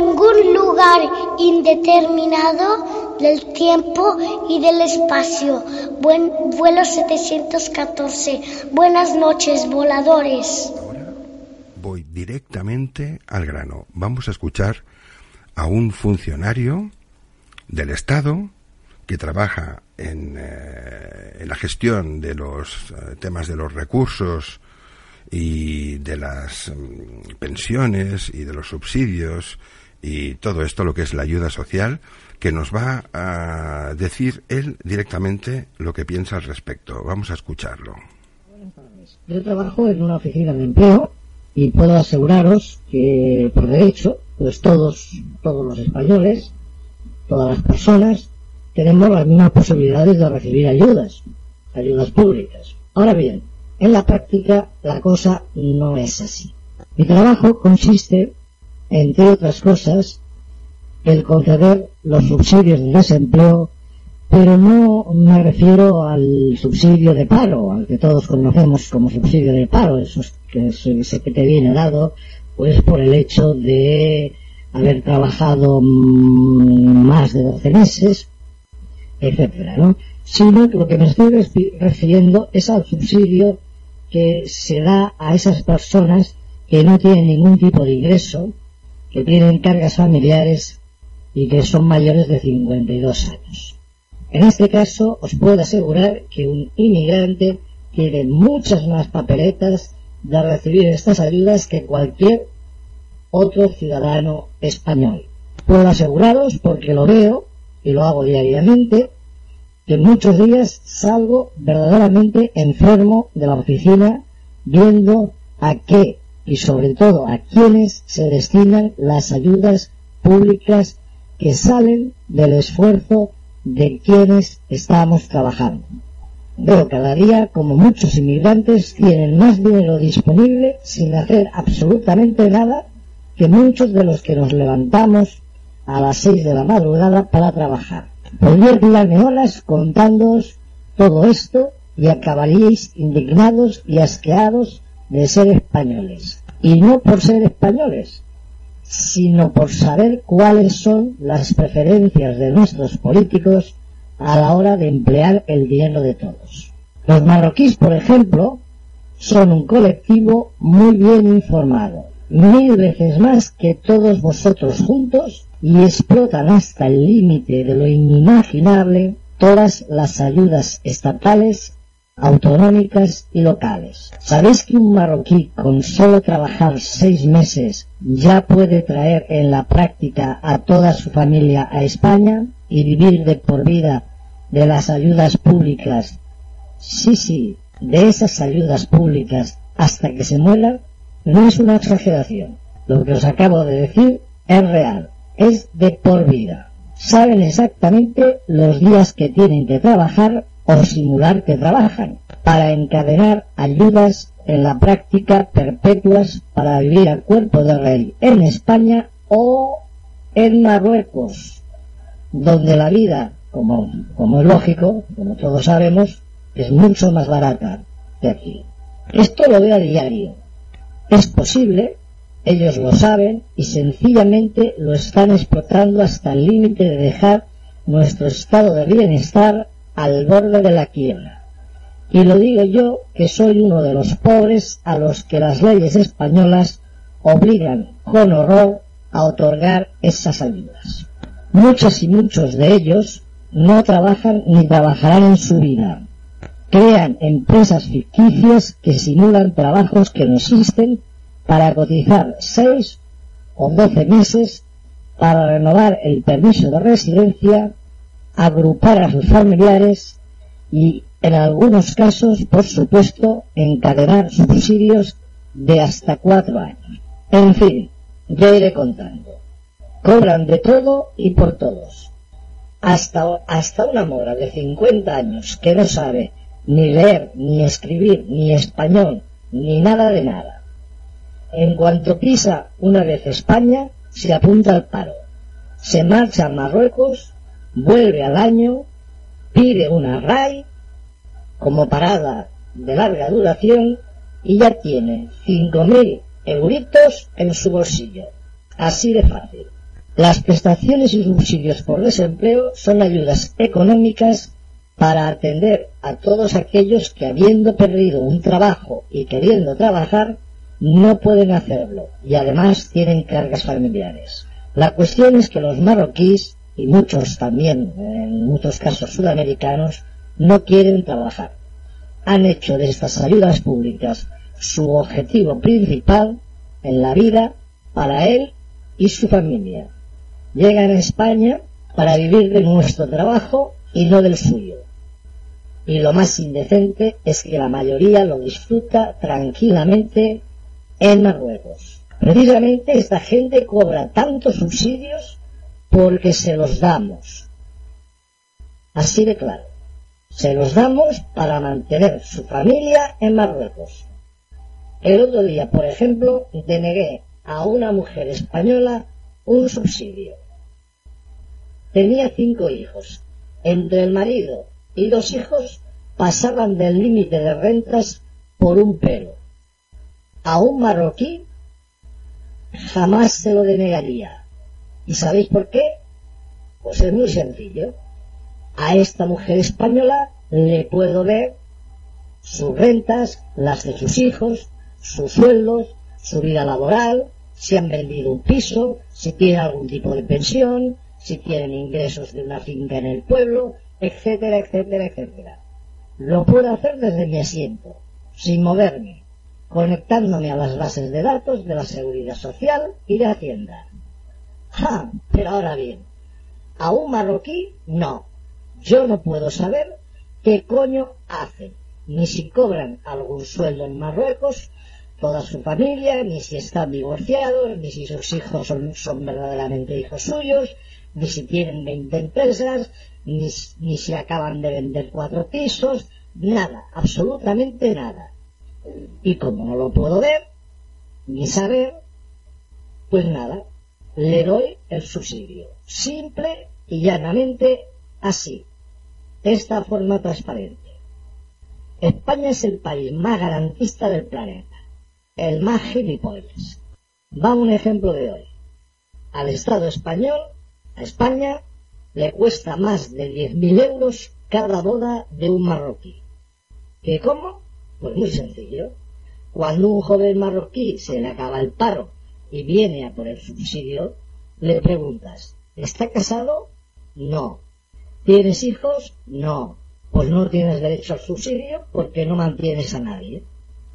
ningún lugar indeterminado del tiempo y del espacio. Vuelo 714. Buenas noches, voladores. Ahora voy directamente al grano. Vamos a escuchar a un funcionario del Estado que trabaja en la gestión de los temas de los recursos y de las pensiones y de los subsidios y todo esto, lo que es la ayuda social, que nos va a decir él directamente lo que piensa al respecto. Vamos a escucharlo. Yo trabajo en una oficina de empleo y puedo aseguraros que por derecho, pues todos los españoles, todas las personas, tenemos las mismas posibilidades de recibir ayudas públicas. Ahora bien, en la práctica la cosa no es así. Mi trabajo consiste, entre otras cosas, en conceder los subsidios de desempleo, pero no me refiero al subsidio de paro, al que todos conocemos como subsidio de paro, ese que te viene dado pues por el hecho de haber trabajado más de 12 meses, etcétera, ¿no? Sino que lo que me estoy refiriendo es al subsidio que se da a esas personas que no tienen ningún tipo de ingreso, que tienen cargas familiares y que son mayores de 52 años. En este caso, os puedo asegurar que un inmigrante tiene muchas más papeletas de recibir estas ayudas que cualquier otro ciudadano español. Puedo aseguraros, porque lo veo y lo hago diariamente, que muchos días salgo verdaderamente enfermo de la oficina viendo a qué y sobre todo a quiénes se destinan las ayudas públicas que salen del esfuerzo de quienes estamos trabajando. Veo cada día como muchos inmigrantes tienen más dinero disponible sin hacer absolutamente nada que muchos de los que nos levantamos a las 6 de la madrugada para trabajar. Podría tirarme horas contándoos todo esto y acabaríais indignados y asqueados de ser españoles. Y no por ser españoles, sino por saber cuáles son las preferencias de nuestros políticos a la hora de emplear el dinero de todos. Los marroquíes, por ejemplo, son un colectivo muy bien informado, 1000 veces más que todos vosotros juntos, y explotan hasta el límite de lo inimaginable todas las ayudas estatales, autonómicas y locales. ¿Sabéis que un marroquí con solo trabajar 6 meses ya puede traer en la práctica a toda su familia a España y vivir de por vida de las ayudas públicas? Sí, de esas ayudas públicas hasta que se muera. No es una exageración. Lo que os acabo de decir es real. Es de por vida. Saben exactamente los días que tienen que trabajar o simular que trabajan para encadenar ayudas en la práctica perpetuas para vivir a cuerpo de rey en España o en Marruecos, donde la vida, como es lógico, como todos sabemos, es mucho más barata que aquí. Esto lo veo a diario. Es posible, ellos lo saben y sencillamente lo están explotando hasta el límite de dejar nuestro estado de bienestar al borde de la quiebra. Y lo digo yo, que soy uno de los pobres a los que las leyes españolas obligan con horror a otorgar esas ayudas. Muchos y muchos de ellos no trabajan ni trabajarán en su vida. Crean empresas ficticias que simulan trabajos que no existen para cotizar 6 o 12 meses para renovar el permiso de residencia, agrupar a sus familiares y, en algunos casos, por supuesto, encadenar subsidios de hasta 4 años. En fin, ya iré contando. Cobran de todo y por todos. Hasta una mora de 50 años que no sabe ni leer, ni escribir, ni español, ni nada de nada. En cuanto pisa una vez España, se apunta al paro. Se marcha a Marruecos, vuelve al año, pide una RAI como parada de larga duración y ya tiene 5.000 euritos en su bolsillo. Así de fácil. Las prestaciones y subsidios por desempleo son ayudas económicas para atender a todos aquellos que, habiendo perdido un trabajo y queriendo trabajar, no pueden hacerlo y además tienen cargas familiares. La cuestión es que los marroquíes, y muchos también, en muchos casos sudamericanos, no quieren trabajar. Han hecho de estas ayudas públicas su objetivo principal en la vida para él y su familia. Llegan a España para vivir de nuestro trabajo y no del suyo. Y lo más indecente es que la mayoría lo disfruta tranquilamente en Marruecos. Precisamente esta gente cobra tantos subsidios porque se los damos. Así de claro. Se los damos para mantener su familia en Marruecos. El otro día, por ejemplo, denegué a una mujer española un subsidio. Tenía 5 hijos. Entre el marido y 2 hijos pasaban del límite de rentas por un pelo. A un marroquí jamás se lo denegaría. ¿Y sabéis por qué? Pues es muy sencillo. A esta mujer española le puedo ver sus rentas, las de sus hijos, sus sueldos, su vida laboral, si han vendido un piso, si tienen algún tipo de pensión, si tienen ingresos de una finca en el pueblo, etcétera, etcétera, etcétera. Lo puedo hacer desde mi asiento, sin moverme, conectándome a las bases de datos de la Seguridad Social y de Hacienda. Pero ahora bien, a un marroquí no. Yo no puedo saber qué coño hacen, ni si cobran algún sueldo en Marruecos, toda su familia, ni si están divorciados, ni si sus hijos son verdaderamente hijos suyos, ni si tienen 20 empresas, ni si acaban de vender 4 pisos, nada, absolutamente nada. Y como no lo puedo ver, ni saber, pues nada, le doy el subsidio, simple y llanamente así, de esta forma transparente. España es el país más garantista del planeta, el más gilipollas. Va un ejemplo de hoy. Al Estado español, a España, le cuesta más de 10.000 euros cada boda de un marroquí. ¿Qué cómo? Pues muy sencillo. Cuando un joven marroquí se le acaba el paro y viene a por el subsidio, le preguntas, ¿está casado? No. ¿Tienes hijos? No. Pues no tienes derecho al subsidio porque no mantienes a nadie.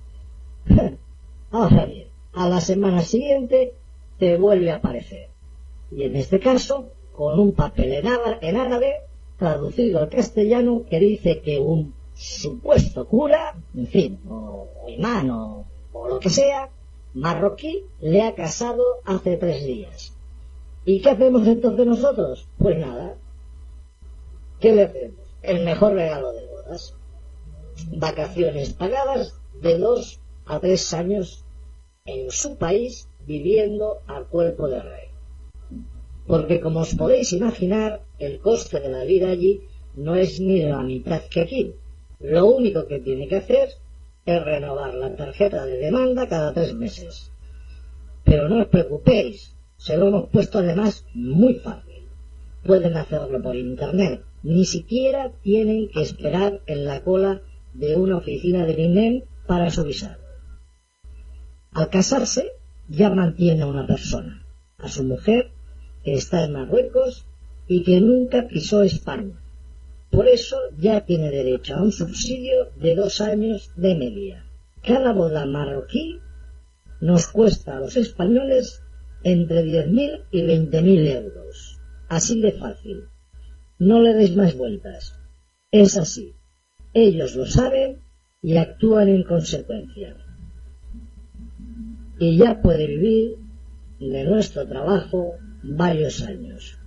Ahora bien, a la semana siguiente te vuelve a aparecer. Y en este caso, con un papel en árabe, traducido al castellano, que dice que un supuesto cura, en fin, o imán, o lo que sea, marroquí, le ha casado hace 3 días. ¿Y qué hacemos entonces nosotros? Pues nada. ¿Qué le hacemos? El mejor regalo de bodas. Vacaciones pagadas de 2 a 3 años en su país viviendo al cuerpo de rey. Porque como os podéis imaginar, el coste de la vida allí no es ni de la mitad que aquí. Lo único que tiene que hacer es renovar la tarjeta de demanda cada 3 meses. Pero no os preocupéis, se lo hemos puesto además muy fácil. Pueden hacerlo por internet, ni siquiera tienen que esperar en la cola de una oficina del INEM para su visado. Al casarse, ya mantiene a una persona, a su mujer, que está en Marruecos y que nunca pisó España. Por eso ya tiene derecho a un subsidio de 2 años de media. Cada boda marroquí nos cuesta a los españoles entre 10.000 y 20.000 euros. Así de fácil. No le deis más vueltas. Es así. Ellos lo saben y actúan en consecuencia. Y ya puede vivir de nuestro trabajo varios años.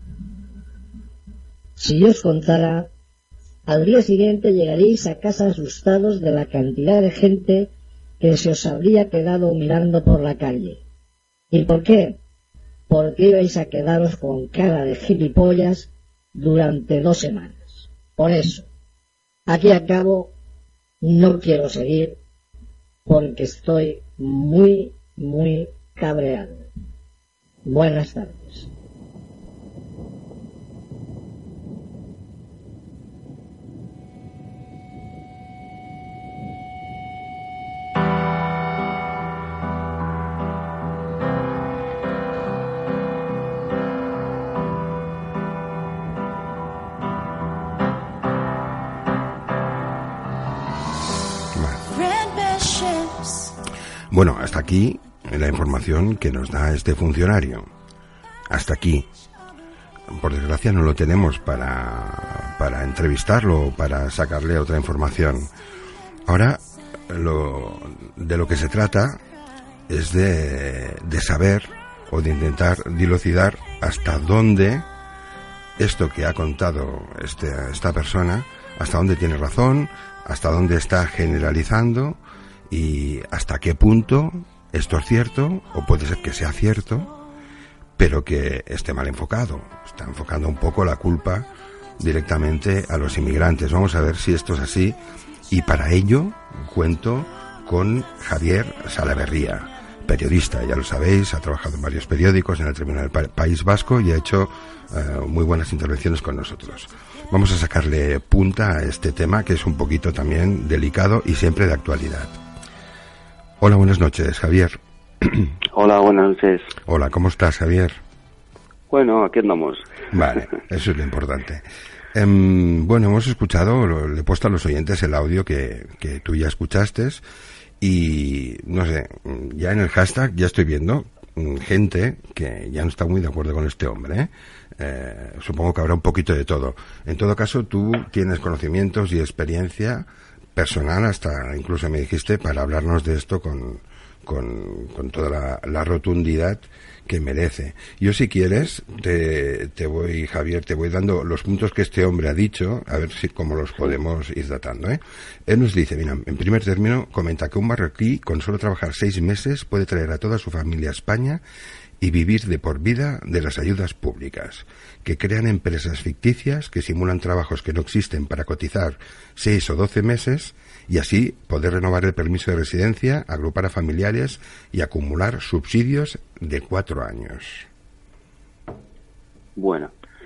Si yo os contara, al día siguiente llegaréis a casa asustados de la cantidad de gente que se os habría quedado mirando por la calle. ¿Y por qué? Porque ibais a quedaros con cara de gilipollas durante 2 semanas. Por eso, aquí acabo, no quiero seguir, porque estoy muy cabreado. Buenas tardes. Bueno, hasta aquí la información que nos da este funcionario. Hasta aquí. Por desgracia no lo tenemos para entrevistarlo o para sacarle otra información. Ahora, de lo que se trata es de saber o de intentar dilucidar hasta dónde esto que ha contado esta persona, hasta dónde tiene razón, hasta dónde está generalizando y hasta qué punto esto es cierto, o puede ser que sea cierto, pero que esté mal enfocado. Está enfocando un poco la culpa directamente a los inmigrantes. Vamos a ver si esto es así, y para ello cuento con Javier Salaverría, periodista, ya lo sabéis, ha trabajado en varios periódicos, en el Tribunal del País Vasco, y ha hecho muy buenas intervenciones con nosotros. Vamos a sacarle punta a este tema, que es un poquito también delicado y siempre de actualidad. Hola, buenas noches, Javier. Hola, buenas noches. Hola, ¿cómo estás, Javier? Bueno, aquí andamos. Vale, eso es lo importante. Bueno, hemos escuchado, le he puesto a los oyentes el audio que tú ya escuchaste, y no sé, ya en el hashtag ya estoy viendo gente que ya no está muy de acuerdo con este hombre, supongo que habrá un poquito de todo. En todo caso, tú tienes conocimientos y experiencia personal, hasta incluso me dijiste, para hablarnos de esto con toda la rotundidad que merece. Yo, si quieres, Javier, te voy dando los puntos que este hombre ha dicho, a ver cómo los podemos ir datando, Él nos dice, mira, en primer término, comenta que un marroquí con solo trabajar 6 meses puede traer a toda su familia a España y vivir de por vida de las ayudas públicas, que crean empresas ficticias que simulan trabajos que no existen para cotizar 6 o 12 meses y así poder renovar el permiso de residencia, agrupar a familiares y acumular subsidios de 4 años. Bueno,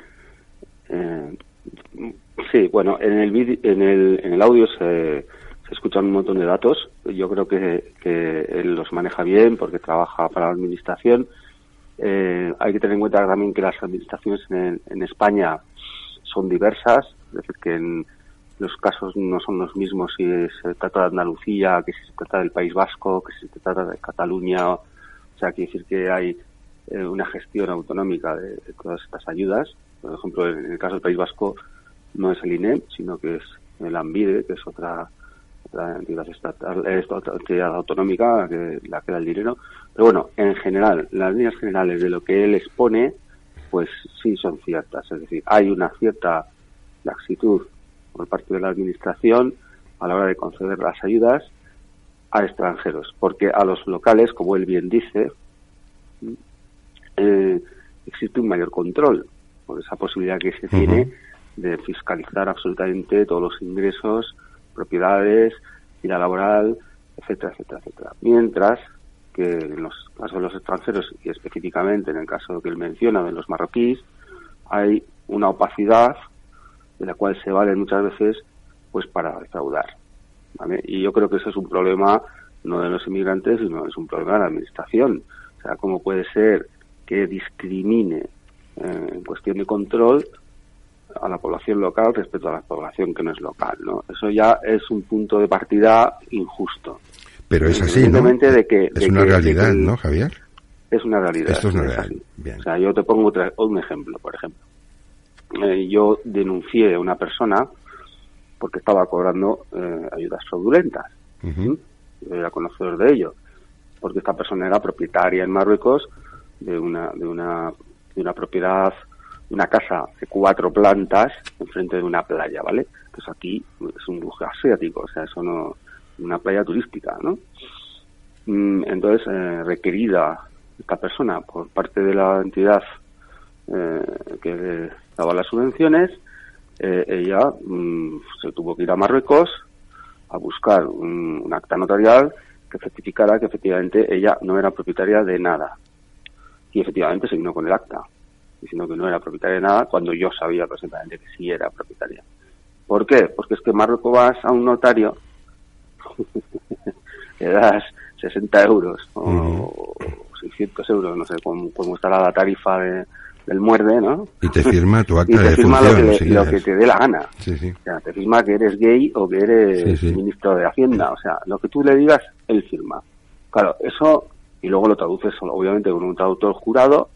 sí, bueno, en el audio se escuchan un montón de datos. Yo creo que él los maneja bien porque trabaja para la administración. Hay que tener en cuenta también que las administraciones en España son diversas, es decir, que los casos no son los mismos si se trata de Andalucía, que si se trata del País Vasco, que si se trata de Cataluña. O sea, quiere decir que hay una gestión autonómica de todas estas ayudas. Por ejemplo, en el caso del País Vasco no es el INEM, sino que es el ANVIDE, que es otra entidad estatal, otra entidad autonómica la que da el dinero. Pero bueno, en general, las líneas generales de lo que él expone, pues sí son ciertas. Es decir, hay una cierta laxitud por parte de la administración a la hora de conceder las ayudas a extranjeros, porque a los locales, como él bien dice, existe un mayor control por esa posibilidad que se tiene de fiscalizar absolutamente todos los ingresos, propiedades, vida laboral, etcétera, etcétera, etcétera. Mientras que en los casos de los extranjeros, y específicamente en el caso que él menciona de los marroquíes, hay una opacidad de la cual se valen muchas veces pues para defraudar, ¿vale? Y yo creo que eso es un problema no de los inmigrantes, sino es un problema de la administración. O sea, ¿cómo puede ser que discrimine en cuestión de control a la población local respecto a la población que no es local, ¿no? Eso ya es un punto de partida injusto. Pero es así, ¿no? Es una realidad, ¿no, Javier? Es una realidad. Esto es una realidad. Bien. O sea, yo te pongo un ejemplo, por ejemplo. Yo denuncié a una persona porque estaba cobrando ayudas fraudulentas. Yo era conocedor de ello, porque esta persona era propietaria en Marruecos de una propiedad, una casa de 4 plantas enfrente de una playa, ¿vale? Pues aquí es un lujo asiático, o sea, eso no, una playa turística, ¿no? Entonces, requerida esta persona por parte de la entidad que daba las subvenciones, ella se tuvo que ir a Marruecos a buscar un acta notarial que certificara que efectivamente ella no era propietaria de nada. Y efectivamente se vino con el acta, diciendo que no era propietaria de nada, cuando yo sabía perfectamente que sí era propietaria. ¿Por qué? Porque es que en Marruecos vas a un notario, le das 60 euros o 600 euros, no sé cómo estará la tarifa del muerde, ¿no? Y te firma tu acta de función. Y te firma lo que te dé la gana. Sí, sí. O sea, te firma que eres gay o que eres ministro de Hacienda. O sea, lo que tú le digas, él firma. Claro, eso, y luego lo traduces obviamente con un traductor jurado,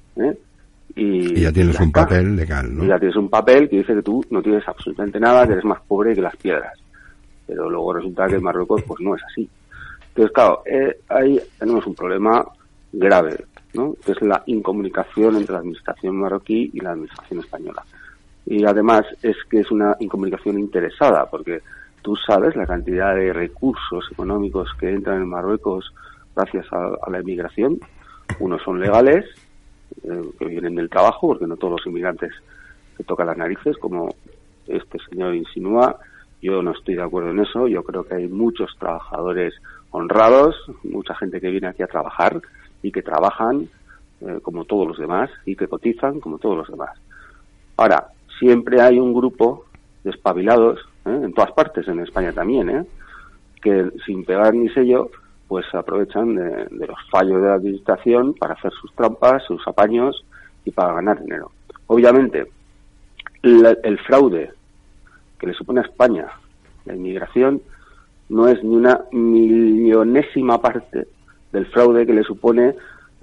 y ya tienes un papel legal, ¿no? Y ya tienes un papel que dice que tú no tienes absolutamente nada, que eres más pobre que las piedras. Pero luego resulta que en Marruecos pues no es así. Entonces, claro, ahí tenemos un problema grave, ¿no? Que es la incomunicación entre la administración marroquí y la administración española. Y además es que es una incomunicación interesada, porque tú sabes la cantidad de recursos económicos que entran en Marruecos gracias a la inmigración. Unos son legales, que vienen del trabajo, porque no todos los inmigrantes se tocan las narices, como este señor insinúa. Yo no estoy de acuerdo en eso. Yo creo que hay muchos trabajadores honrados, mucha gente que viene aquí a trabajar y que trabajan como todos los demás y que cotizan como todos los demás. Ahora, siempre hay un grupo de espabilados, en todas partes, en España también, que sin pegar ni sello, pues se aprovechan de los fallos de la administración para hacer sus trampas, sus apaños y para ganar dinero. Obviamente, el fraude que le supone a España la inmigración no es ni una millonésima parte del fraude que le supone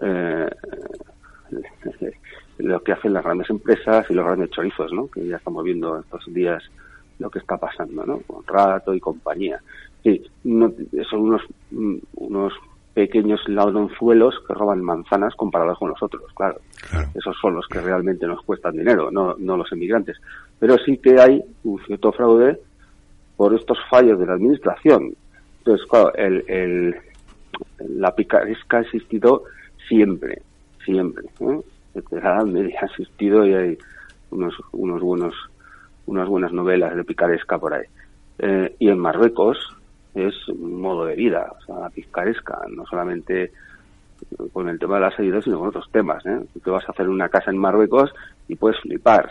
lo que hacen las grandes empresas y los grandes chorizos, ¿no? Que ya estamos viendo estos días lo que está pasando, ¿no? Con Rato y compañía. Sí, son unos pequeños ladronzuelos que roban manzanas comparados con los otros, claro. Esos son los que realmente nos cuestan dinero, no los inmigrantes. Pero sí que hay un cierto fraude por estos fallos de la administración. Entonces, claro, la picaresca ha existido siempre. Desde la Edad Media ha existido y hay unas buenas novelas de picaresca por ahí. Y en Marruecos es un modo de vida, o sea, la picaresca, no solamente con el tema de las ayudas, sino con otros temas. Tú te vas a hacer una casa en Marruecos y puedes flipar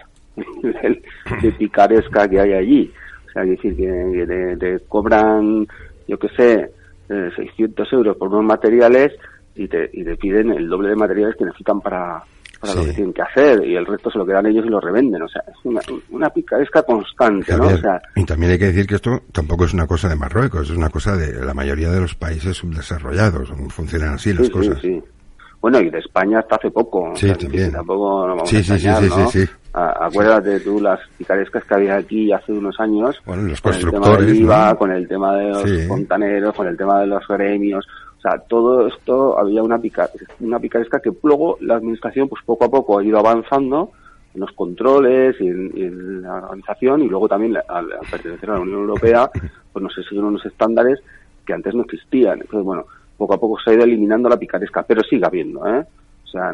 de picaresca que hay allí. O sea, es decir, que te cobran, yo qué sé, 600 euros por unos materiales y te piden el doble de materiales que necesitan para lo que tienen que hacer, y el resto se lo quedan ellos y lo revenden. O sea, es una picaresca constante, Javier, ¿no? O sea, y también hay que decir que esto tampoco es una cosa de Marruecos, es una cosa de la mayoría de los países subdesarrollados. Funcionan así las cosas. Sí. Bueno, y de España hasta hace poco. Sí, o sea, también. Tampoco nos vamos a engañar, ¿no? Sí. Acuérdate tú las picarescas que había aquí hace unos años. Bueno, los con constructores, el tema del IVA, ¿no? Con el tema de los fontaneros, con el tema de los gremios. O sea, todo esto había una picaresca que luego la administración, pues poco a poco ha ido avanzando en los controles y en la organización, y luego también al pertenecer a la Unión Europea, pues no se siguen unos estándares que antes no existían. Entonces, bueno, poco a poco se ha ido eliminando la picaresca, pero sigue habiendo, O sea,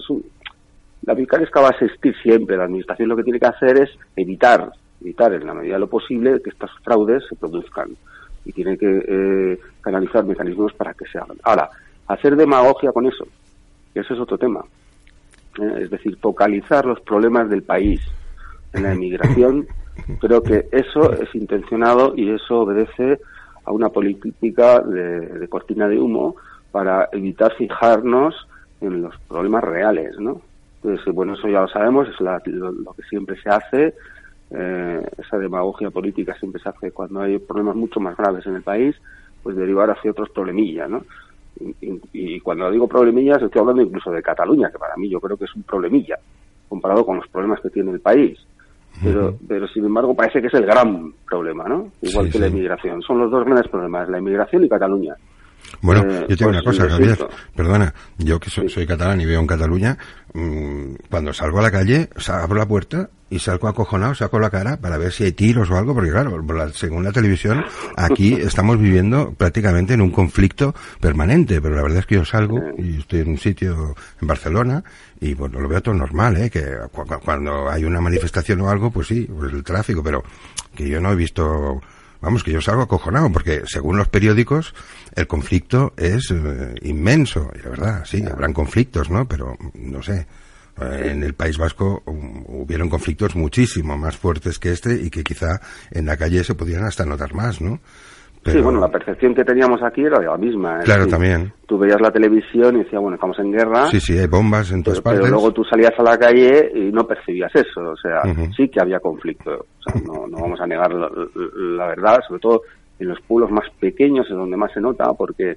la picaresca va a existir siempre. La administración lo que tiene que hacer es evitar en la medida de lo posible que estos fraudes se produzcan, y tiene que canalizar mecanismos para que se hagan. Ahora, hacer demagogia con eso, que ese es otro tema. Es decir, focalizar los problemas del país en la inmigración, creo que eso es intencionado y eso obedece a una política de cortina de humo para evitar fijarnos en los problemas reales, ¿no? Entonces, bueno, eso ya lo sabemos, es lo que siempre se hace. Esa demagogia política siempre se hace cuando hay problemas mucho más graves en el país, pues derivar hacia otros problemillas, ¿no? Y cuando digo problemillas estoy hablando incluso de Cataluña, que para mí yo creo que es un problemilla comparado con los problemas que tiene el país, pero sin embargo parece que es el gran problema, ¿no? Igual que la inmigración. Son los dos grandes problemas, la inmigración y Cataluña. Bueno, yo tengo una cosa, Javier, perdona, yo que soy catalán y veo en Cataluña, cuando salgo a la calle, abro la puerta y salgo acojonado, saco la cara para ver si hay tiros o algo, porque claro, según la televisión, aquí estamos viviendo prácticamente en un conflicto permanente, pero la verdad es que yo salgo y estoy en un sitio en Barcelona y bueno, lo veo todo normal, que cuando hay una manifestación o algo, pues sí, pues el tráfico, pero que yo no he visto... Vamos, que yo salgo acojonado, porque según los periódicos, el conflicto es inmenso. Y la verdad, sí, habrán conflictos, ¿no? Pero, no sé, en el País Vasco hubieron conflictos muchísimo más fuertes que este y que quizá en la calle se podían hasta notar más, ¿no? Pero... Sí, bueno, la percepción que teníamos aquí era la misma. Claro, también. Tú veías la televisión y decías, bueno, estamos en guerra. Sí, hay bombas en todas partes. Pero luego tú salías a la calle y no percibías eso. O sea, sí que había conflicto. O sea, no vamos a negar la verdad, sobre todo en los pueblos más pequeños es donde más se nota, porque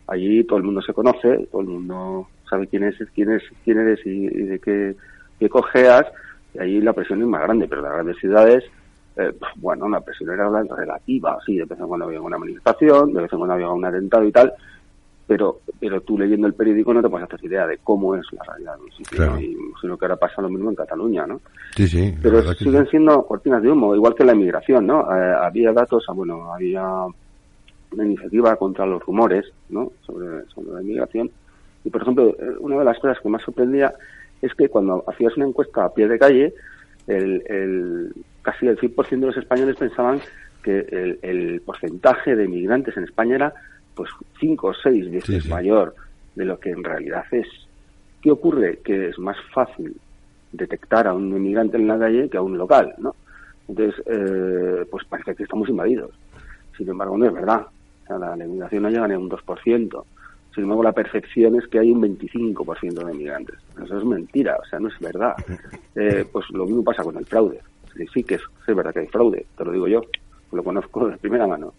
allí todo el mundo se conoce, todo el mundo sabe quién eres y de qué cojeas, y allí la presión es más grande, pero en las grandes ciudades, bueno, la presión era relativa, sí, de vez en cuando había una manifestación, de vez en cuando había un atentado y tal, pero tú leyendo el periódico no te puedes hacer idea de cómo es la realidad de un sitio, claro. ¿no? Y imagino que ahora pasa lo mismo en Cataluña, ¿no? Sí. Pero siguen siendo cortinas de humo, igual que la inmigración, ¿no? Había datos, había una iniciativa contra los rumores, ¿no? Sobre la inmigración. Y, por ejemplo, una de las cosas que más sorprendía es que cuando hacías una encuesta a pie de calle, casi el 100% de los españoles pensaban que el porcentaje de inmigrantes en España era pues 5 o 6 veces mayor de lo que en realidad es. ¿Qué ocurre? Que es más fácil detectar a un inmigrante en la calle que a un local, ¿no? Entonces, pues parece que estamos invadidos. Sin embargo, no es verdad. O sea, la inmigración no llega ni a un 2%. Sin embargo, la percepción es que hay un 25% de inmigrantes. Eso es mentira, o sea, no es verdad. Pues lo mismo pasa con el fraude. Sí que es verdad que hay fraude, te lo digo yo, lo conozco de primera mano.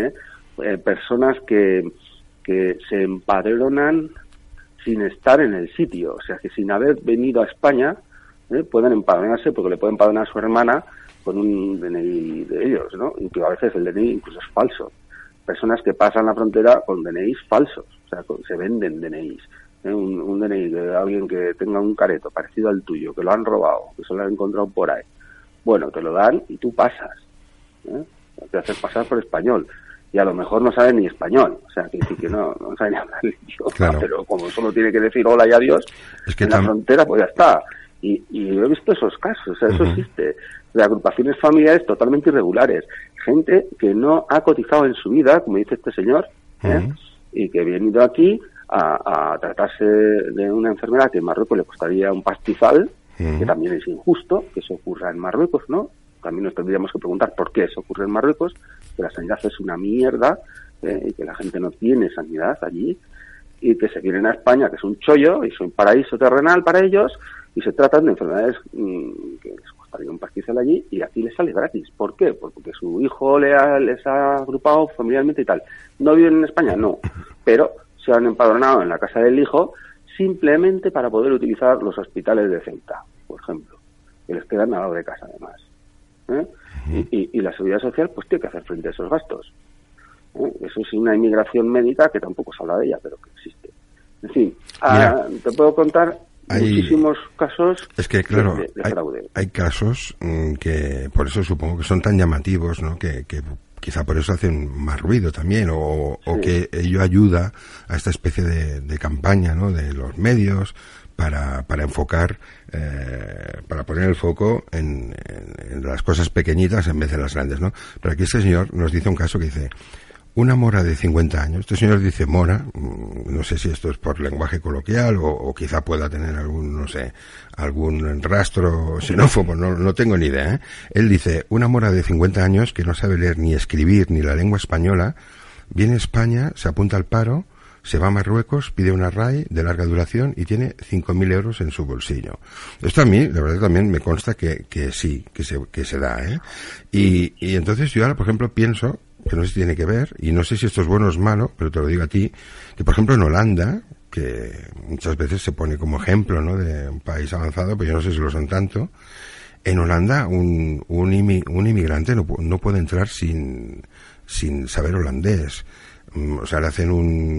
Personas que se empadronan sin estar en el sitio, o sea, que sin haber venido a España pueden empadronarse porque le pueden empadronar a su hermana con un DNI de ellos, ¿no? Y que a veces el DNI incluso es falso. Personas que pasan la frontera con DNIs falsos, o sea, se venden DNIs. Un DNI de alguien que tenga un careto parecido al tuyo, que lo han robado, que se lo han encontrado por ahí. Bueno, te lo dan y tú pasas. Te haces pasar por español. Y a lo mejor no sabe ni español, o sea, que sí que no sabe ni hablar el idioma, claro. Pero como solo tiene que decir hola y adiós, es que en la frontera pues ya está. Y yo he visto esos casos, o sea, eso existe. De agrupaciones familiares totalmente irregulares. Gente que no ha cotizado en su vida, como dice este señor, y que ha venido aquí a tratarse de una enfermedad que en Marruecos le costaría un pastizal, que también es injusto que eso ocurra en Marruecos, ¿no? También nos tendríamos que preguntar por qué eso ocurre en Marruecos, que la sanidad es una mierda, y que la gente no tiene sanidad allí, y que se vienen a España, que es un chollo, y es un paraíso terrenal para ellos, y se tratan de enfermedades que les costaría un pastizal allí, y aquí les sale gratis. ¿Por qué? Porque su hijo les ha agrupado familiarmente y tal. ¿No viven en España? No. Pero se han empadronado en la casa del hijo simplemente para poder utilizar los hospitales de Ceuta, por ejemplo, que les quedan al lado de casa además. Y la seguridad social pues tiene que hacer frente a esos gastos. Eso es una inmigración médica que tampoco se habla de ella, pero que existe. En fin, te puedo contar muchísimos casos claro, de fraude. Hay casos que por eso supongo que son tan llamativos, ¿no? Que quizá por eso hacen más ruido también, o que ello ayuda a esta especie de campaña, ¿no? De los medios para enfocar, para poner el foco en las cosas pequeñitas en vez de las grandes, ¿no? Pero aquí este señor nos dice un caso que dice: una mora de 50 años, este señor dice mora, no sé si esto es por lenguaje coloquial o quizá pueda tener algún rastro xenófobo, no tengo ni idea, ¿eh? Él dice: una mora de 50 años que no sabe leer ni escribir ni la lengua española, viene a España, se apunta al paro, se va a Marruecos, pide una RAI de larga duración y tiene 5.000 euros en su bolsillo. Esto a mí, la verdad, también me consta que sí, que se da, ¿eh? Y entonces yo ahora, por ejemplo, pienso que no sé si tiene que ver, y no sé si esto es bueno o es malo, pero te lo digo a ti, que por ejemplo en Holanda, que muchas veces se pone como ejemplo, ¿no?, de un país avanzado, pues yo no sé si lo son tanto, en Holanda un inmigrante no puede entrar sin saber holandés. O sea, le hacen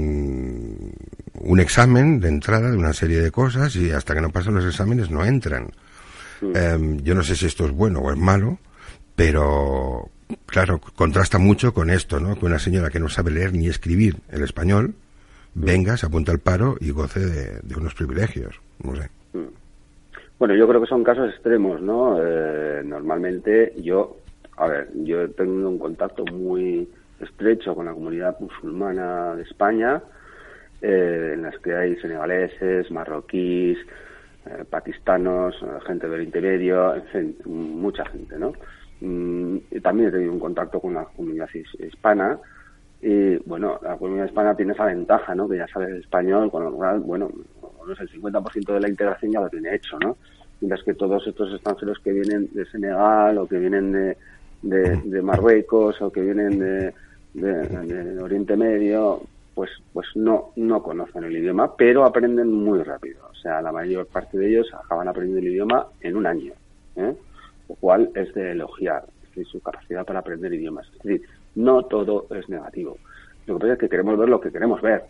un examen de entrada de una serie de cosas y hasta que no pasan los exámenes no entran. Yo no sé si esto es bueno o es malo, pero claro, contrasta mucho con esto, ¿no? Que una señora que no sabe leer ni escribir el español venga, se apunta al paro y goce de unos privilegios. No sé. Bueno, yo creo que son casos extremos, ¿no? Normalmente yo he tenido un contacto muy estrecho con la comunidad musulmana de España, en las que hay senegaleses, marroquíes, pakistanos, gente del Oriente Medio, en fin, mucha gente, ¿no? También he tenido un contacto con la comunidad hispana, y bueno, la comunidad hispana tiene esa ventaja, ¿no?, que ya sabe el español, con lo cual, bueno, no sé, el 50% de la integración ya lo tiene hecho, ¿no? Mientras que todos estos extranjeros que vienen de Senegal, o que vienen de Marruecos, o que vienen de Oriente Medio, pues no conocen el idioma, pero aprenden muy rápido. O sea, la mayor parte de ellos acaban aprendiendo el idioma en un año, lo cual es de elogiar, es decir, su capacidad para aprender idiomas. Es decir, no todo es negativo. Lo que pasa es que queremos ver lo que queremos ver.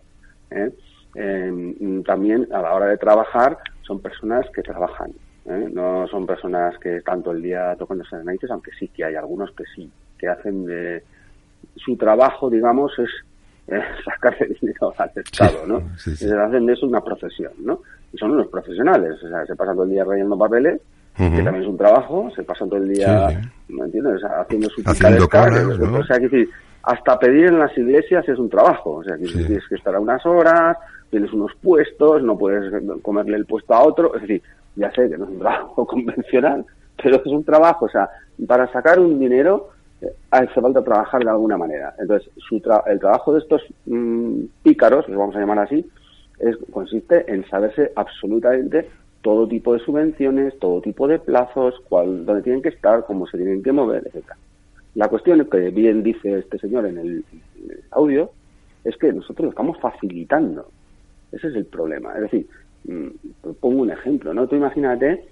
También a la hora de trabajar son personas que trabajan, no son personas que están todo el día tocándose las narices, aunque sí que hay algunos que sí, que hacen de su trabajo, digamos, es sacarle dinero al Estado, ¿no? Sí. Hacen de eso una profesión, ¿no? Y son unos profesionales, o sea, se pasan todo el día rayando papeles, que también es un trabajo, se pasan todo el día, ¿me entiendes? O sea, haciendo su colas, ¿no? O sea, que decir, hasta pedir en las iglesias es un trabajo, o sea, que tienes que estar a unas horas, tienes unos puestos, no puedes comerle el puesto a otro, es decir, ya sé que no es un trabajo convencional, pero es un trabajo, o sea, para sacar un dinero hace falta trabajar de alguna manera. Entonces, el trabajo de estos pícaros, los vamos a llamar así, consiste en saberse absolutamente todo tipo de subvenciones, todo tipo de plazos, dónde tienen que estar, cómo se tienen que mover, etcétera. La cuestión, que bien dice este señor en el audio, es que nosotros lo estamos facilitando. Ese es el problema. Es decir, pongo un ejemplo, ¿no? Tú imagínate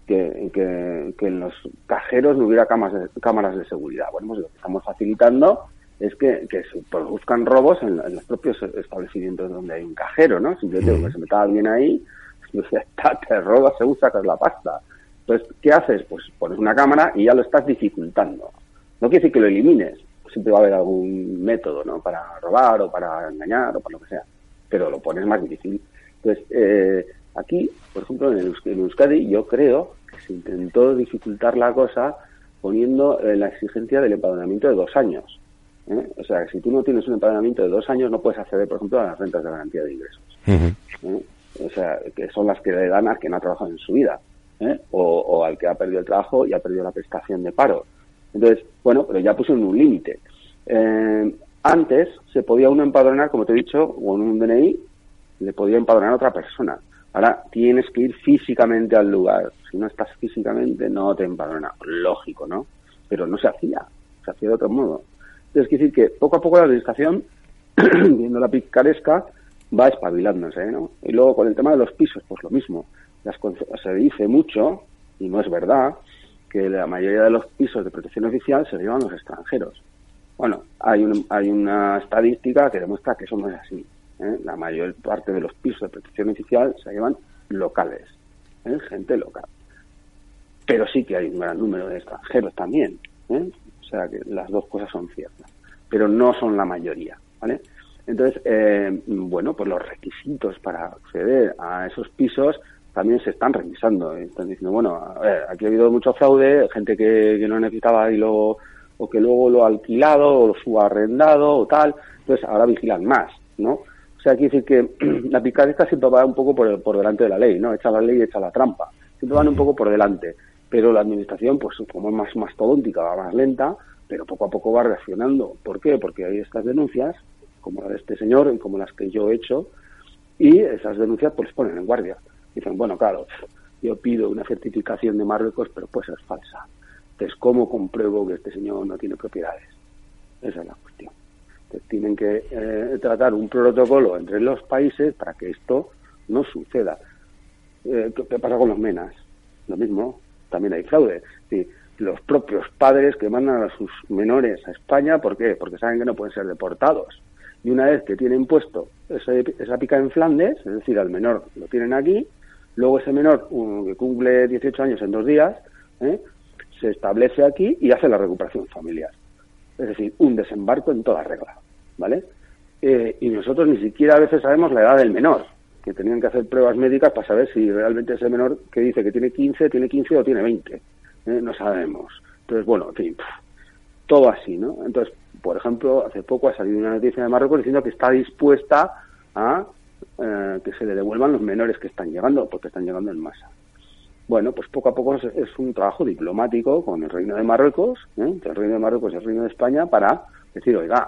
que en los cajeros no hubiera cámaras de seguridad. Bueno, pues lo que estamos facilitando es que se produzcan robos en los propios establecimientos donde hay un cajero, ¿no? Simplemente que se meta alguien ahí, te robas, según sacas la pasta. Entonces, ¿qué haces? Pues pones una cámara y ya lo estás dificultando. No quiere decir que lo elimines, siempre va a haber algún método, ¿no? Para robar o para engañar o para lo que sea, pero lo pones más difícil. Entonces, aquí, por ejemplo, en Euskadi, yo creo que se intentó dificultar la cosa poniendo la exigencia del empadronamiento de 2 años. O sea, si tú no tienes un empadronamiento de 2 años, no puedes acceder, por ejemplo, a las rentas de garantía de ingresos. O sea, que son las que le dan al que no ha trabajado en su vida, o al que ha perdido el trabajo y ha perdido la prestación de paro. Entonces, bueno, pero ya pusieron un límite. Antes se podía uno empadronar, como te he dicho, con un DNI, le podía empadronar a otra persona. Ahora tienes que ir físicamente al lugar. Si no estás físicamente, no te empadrona. Lógico, ¿no? Pero no se hacía de otro modo. Entonces, quiere decir que poco a poco la administración, viendo la picaresca, va espabilándose, ¿no? Y luego con el tema de los pisos, pues lo mismo. Se dice mucho, y no es verdad, que la mayoría de los pisos de protección oficial se llevan los extranjeros. Bueno, hay una estadística que demuestra que eso no es así. La mayor parte de los pisos de protección oficial se llevan locales, gente local. Pero sí que hay un gran número de extranjeros también, o sea que las dos cosas son ciertas, pero no son la mayoría, ¿vale? Entonces, bueno, pues los requisitos para acceder a esos pisos también se están revisando. Están diciendo, bueno, a ver, aquí ha habido mucho fraude, gente que no necesitaba o que luego lo ha alquilado o lo subarrendado o tal, entonces ahora vigilan más, ¿no? O sea, quiere decir que la picaresca siempre va un poco por delante de la ley, ¿no? Echa la ley y echa la trampa. Siempre van un poco por delante. Pero la administración, pues como es más mastodóntica, va más lenta, pero poco a poco va reaccionando. ¿Por qué? Porque hay estas denuncias, como la de este señor y como las que yo he hecho, y esas denuncias pues ponen en guardia. Dicen, bueno, claro, yo pido una certificación de Marruecos, pero pues es falsa. Entonces, ¿cómo compruebo que este señor no tiene propiedades? Esa es la cuestión. Entonces, tienen que tratar un protocolo entre los países para que esto no suceda. ¿Qué pasa con los menas? Lo mismo, también hay fraude. Sí, los propios padres que mandan a sus menores a España, ¿por qué? Porque saben que no pueden ser deportados. Y una vez que tienen puesto esa pica en Flandes, es decir, al menor lo tienen aquí, luego ese menor, que cumple 18 años en 2 días, se establece aquí y hace la recuperación familiar. Es decir, un desembarco en toda regla, ¿vale? Y nosotros ni siquiera a veces sabemos la edad del menor, que tenían que hacer pruebas médicas para saber si realmente ese menor que dice que tiene 15 o tiene 20. No sabemos. Entonces, bueno, en fin, todo así, ¿no? Entonces, por ejemplo, hace poco ha salido una noticia de Marruecos diciendo que está dispuesta a que se le devuelvan los menores que están llegando, porque están llegando en masa. Bueno, pues poco a poco es un trabajo diplomático con el Reino de Marruecos, entre el Reino de Marruecos y el Reino de España, para decir, oiga,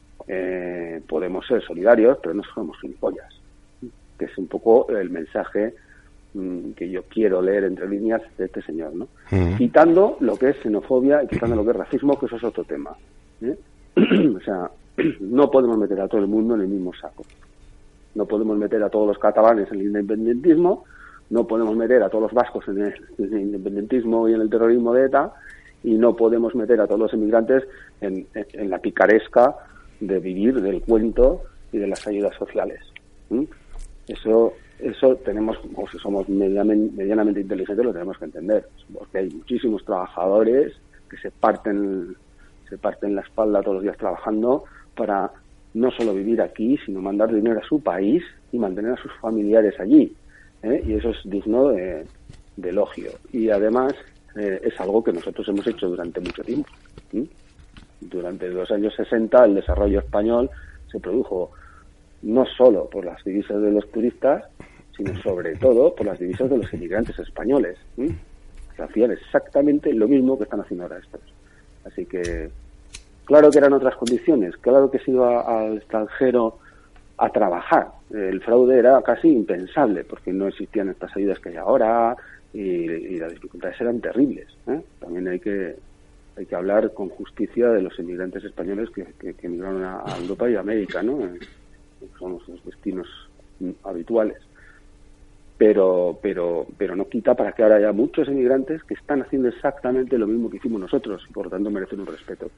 podemos ser solidarios, pero no somos gilipollas. Que es un poco el mensaje que yo quiero leer entre líneas de este señor, ¿no? Quitando lo que es xenofobia y quitando lo que es racismo, que eso es otro tema. O sea, no podemos meter a todo el mundo en el mismo saco. No podemos meter a todos los catalanes en el independentismo, no podemos meter a todos los vascos en el independentismo y en el terrorismo de ETA, y no podemos meter a todos los inmigrantes en la picaresca de vivir del cuento y de las ayudas sociales. Eso tenemos, o si somos medianamente inteligentes, lo tenemos que entender, porque hay muchísimos trabajadores que se parten la espalda todos los días trabajando para no solo vivir aquí, sino mandar dinero a su país y mantener a sus familiares allí, y eso es digno de elogio. Y además es algo que nosotros hemos hecho durante mucho tiempo. Durante los años 60 el desarrollo español se produjo no solo por las divisas de los turistas, sino sobre todo por las divisas de los inmigrantes españoles, que hacían exactamente lo mismo que están haciendo ahora estos. Así que, claro que eran otras condiciones, claro que se iba al extranjero a trabajar. El fraude era casi impensable, porque no existían estas ayudas que hay ahora, y las dificultades eran terribles. También hay que hablar con justicia de los inmigrantes españoles que emigraron a Europa y a América, ¿no? Son los destinos habituales. Pero no quita para que ahora haya muchos inmigrantes que están haciendo exactamente lo mismo que hicimos nosotros, y por lo tanto merecen un respeto.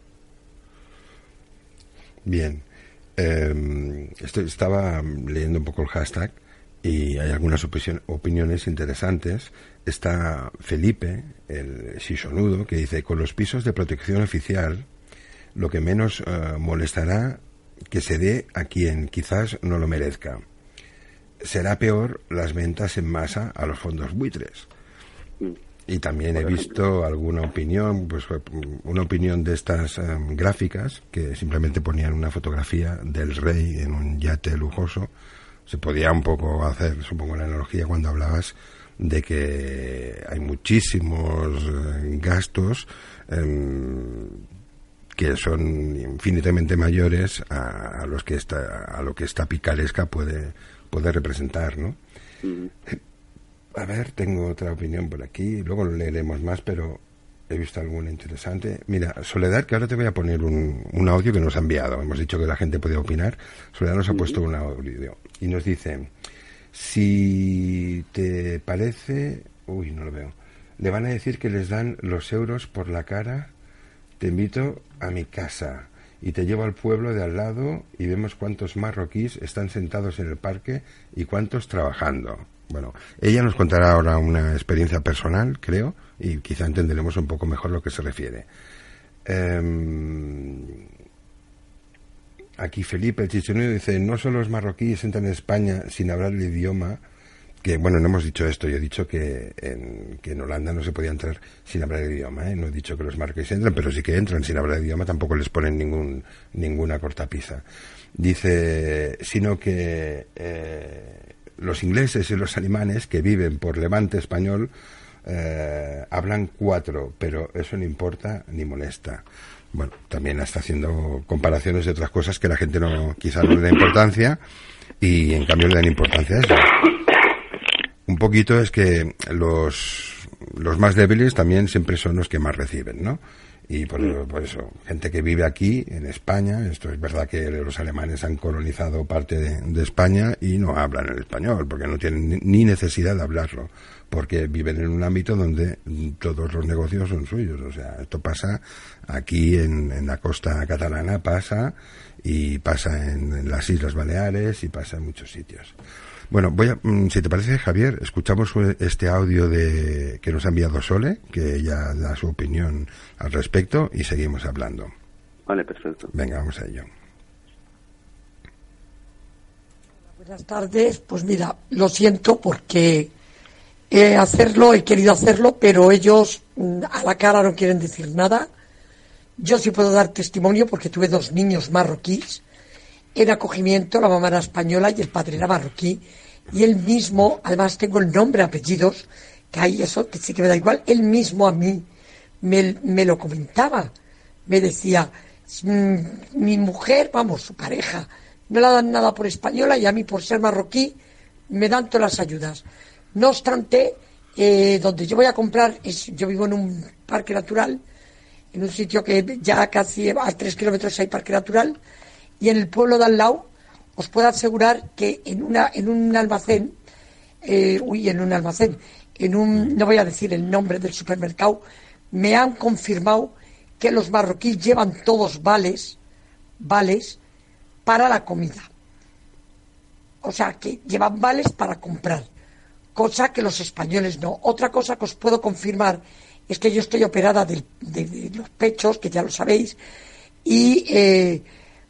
Bien. Estaba leyendo un poco el hashtag y hay algunas opiniones interesantes. Está Felipe, el sisonudo, que dice: con los pisos de protección oficial, lo que menos molestará que se dé a quien quizás no lo merezca. Será peor las ventas en masa a los fondos buitres. Y también he visto alguna opinión, pues una opinión de estas gráficas que simplemente ponían una fotografía del rey en un yate lujoso. Se podía un poco hacer, supongo, la analogía cuando hablabas de que hay muchísimos gastos que son infinitamente mayores a lo que esta picaresca puede representar, ¿no? A ver, tengo otra opinión por aquí, luego lo leeremos más, pero he visto alguna interesante. Mira, Soledad, que ahora te voy a poner un audio que nos ha enviado. Hemos dicho que la gente podía opinar. Soledad nos ha puesto un audio y nos dice: si te parece... Uy, no lo veo. Le van a decir que les dan los euros por la cara. Te invito a mi casa y te llevo al pueblo de al lado y vemos cuántos marroquíes están sentados en el parque y cuántos trabajando. Bueno, ella nos contará ahora una experiencia personal, creo, y quizá entenderemos un poco mejor lo que se refiere. Aquí Felipe, el chichonudo, dice: no solo los marroquíes entran en España sin hablar el idioma, que, bueno, no hemos dicho esto, yo he dicho que en Holanda no se podía entrar sin hablar el idioma, no he dicho que los marroquíes entran, pero sí que entran sin hablar el idioma, tampoco les ponen ninguna cortapisa. Dice, sino que los ingleses y los alemanes que viven por Levante español hablan 4, pero eso no importa ni molesta. Bueno, también está haciendo comparaciones de otras cosas que la gente quizás no le da importancia, y en cambio le dan importancia a eso. Un poquito es que los más débiles también siempre son los que más reciben, ¿no? Y por eso, gente que vive aquí, en España, esto es verdad que los alemanes han colonizado parte de España y no hablan el español, porque no tienen ni necesidad de hablarlo, porque viven en un ámbito donde todos los negocios son suyos. O sea, esto pasa aquí en la costa catalana, pasa en las Islas Baleares y pasa en muchos sitios. Bueno, si te parece, Javier, escuchamos este audio que nos ha enviado Sole, que ella da su opinión al respecto, y seguimos hablando. Vale, perfecto. Venga, vamos a ello. Buenas tardes. Pues mira, lo siento porque he querido hacerlo, pero ellos a la cara no quieren decir nada. Yo sí puedo dar testimonio porque tuve 2 niños marroquíes en acogimiento, la mamá era española y el padre era marroquí, y él mismo, además tengo el nombre, apellidos, que ahí eso que sí que me da igual, él mismo a mí me lo comentaba, me decía, mi mujer, su pareja, no le dan nada por española y a mí por ser marroquí me dan todas las ayudas. No obstante, donde yo voy a comprar, yo vivo en un parque natural, en un sitio que ya casi a 3 kilómetros hay parque natural, y en el pueblo de al lado os puedo asegurar que en un almacén, no voy a decir el nombre del supermercado, me han confirmado que los marroquíes llevan todos vales para la comida. O sea, que llevan vales para comprar, cosa que los españoles no. Otra cosa que os puedo confirmar es que yo estoy operada de los pechos, que ya lo sabéis, y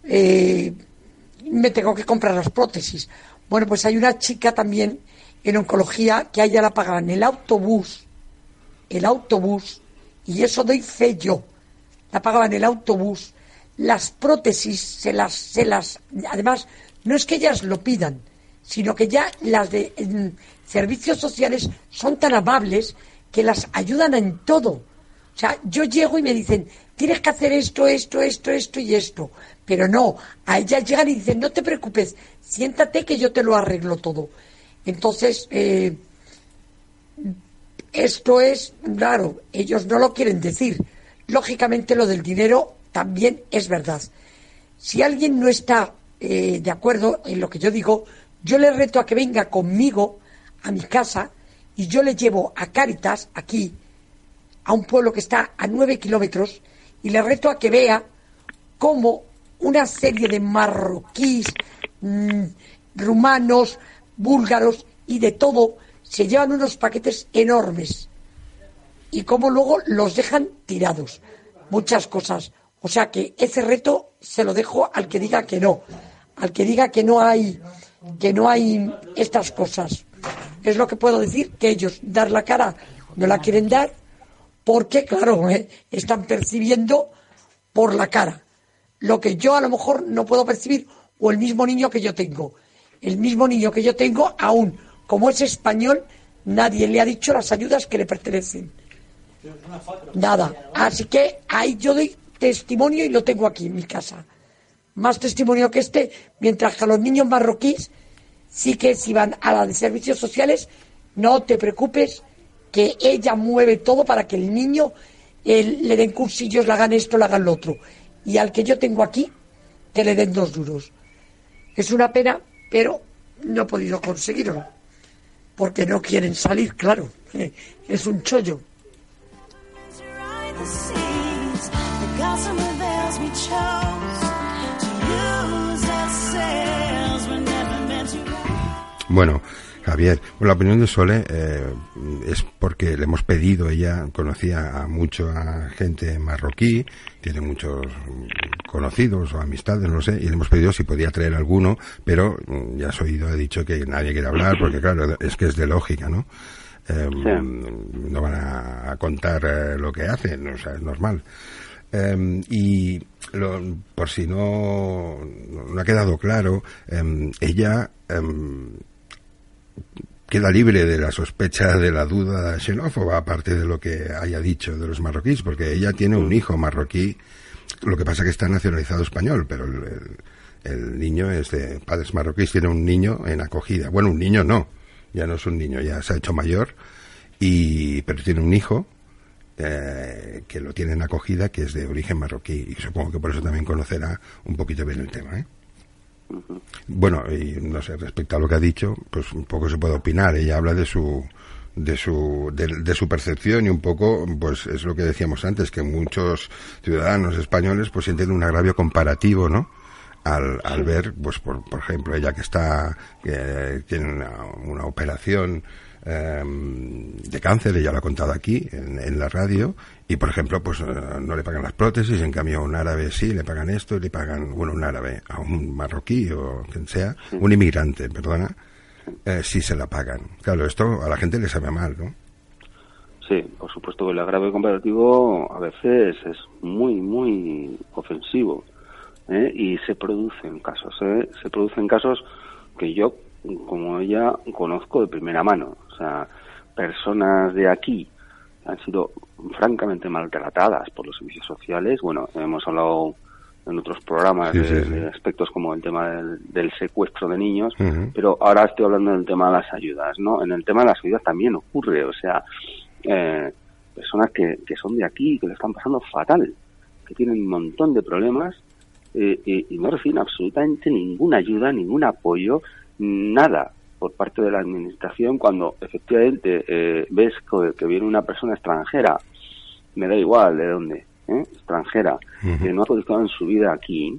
me tengo que comprar las prótesis. Bueno, pues hay una chica también en oncología que a ella la pagaban el autobús, y eso doy fe yo, la pagaban el autobús, las prótesis además, no es que ellas lo pidan, sino que ya las de servicios sociales son tan amables que las ayudan en todo. O sea, yo llego y me dicen, tienes que hacer esto y esto. Pero no, a ellas llegan y dicen, no te preocupes, siéntate que yo te lo arreglo todo. Entonces, esto es raro, ellos no lo quieren decir. Lógicamente lo del dinero también es verdad. Si alguien no está de acuerdo en lo que yo digo, yo le reto a que venga conmigo a mi casa y yo le llevo a Cáritas, aquí, a un pueblo que está a 9 kilómetros, y le reto a que vea cómo una serie de marroquíes, rumanos, búlgaros y de todo se llevan unos paquetes enormes y cómo luego los dejan tirados. Muchas cosas. O sea que ese reto se lo dejo al que diga que no. Al que diga que no hay estas cosas. Es lo que puedo decir, que ellos dar la cara no la quieren dar porque, claro, están percibiendo por la cara lo que yo a lo mejor no puedo percibir, o el mismo niño que yo tengo. El mismo niño que yo tengo, aún como es español, nadie le ha dicho las ayudas que le pertenecen. Nada. Así que ahí yo doy testimonio y lo tengo aquí en mi casa. Más testimonio que mientras que a los niños marroquíes sí que si van a la de servicios sociales, no te preocupes, que ella mueve todo para que el niño le den cursillos, le hagan esto, le hagan lo otro. Y al que yo tengo aquí, que le den 2 duros. Es una pena, pero no he podido conseguirlo. Porque no quieren salir, claro. Es un chollo. Bueno, Javier, la opinión de Sole es porque le hemos pedido, ella conocía a gente marroquí, tiene muchos conocidos o amistades, no sé, y le hemos pedido si podía traer alguno, pero ya has oído, ha dicho que nadie quiere hablar, porque claro, es que es de lógica, ¿no? No van a contar lo que hacen, o sea, es normal. Por si no ha quedado claro, ella queda libre de la sospecha, de la duda xenófoba, aparte de lo que haya dicho de los marroquíes, porque ella tiene un hijo marroquí, lo que pasa que está nacionalizado español, pero el niño es de padres marroquíes, tiene un niño en acogida. Bueno, un niño no, ya no es un niño, ya se ha hecho mayor, pero tiene un hijo que lo tiene en acogida, que es de origen marroquí, y supongo que por eso también conocerá un poquito bien el tema, ¿eh? Bueno, y no sé, respecto a lo que ha dicho, pues un poco se puede opinar. Ella habla de su percepción, y un poco, pues es lo que decíamos antes, que muchos ciudadanos españoles pues sienten un agravio comparativo, ¿no? Al ver, pues por ejemplo, ella que tiene una operación de cáncer, ella lo ha contado aquí en la radio, y por ejemplo pues no le pagan las prótesis, en cambio a un árabe sí le pagan esto, y le pagan, bueno, un árabe, a un marroquí o quien sea, un inmigrante, perdona, sí se la pagan. Claro, esto a la gente le sabe mal, ¿no? Sí, por supuesto que el agravio comparativo a veces es muy, muy ofensivo, y se producen casos que yo, como ella, conozco de primera mano. O sea, personas de aquí han sido francamente maltratadas por los servicios sociales. Bueno, hemos hablado en otros programas de aspectos como el tema del secuestro de niños, pero ahora estoy hablando del tema de las ayudas, ¿no? En el tema de las ayudas también ocurre, o sea, personas que son de aquí, que lo están pasando fatal, que tienen un montón de problemas y no reciben absolutamente ninguna ayuda, ningún apoyo, nada por parte de la administración, cuando efectivamente ves que viene una persona extranjera, me da igual de dónde, extranjera, que no ha cotizado en su vida aquí,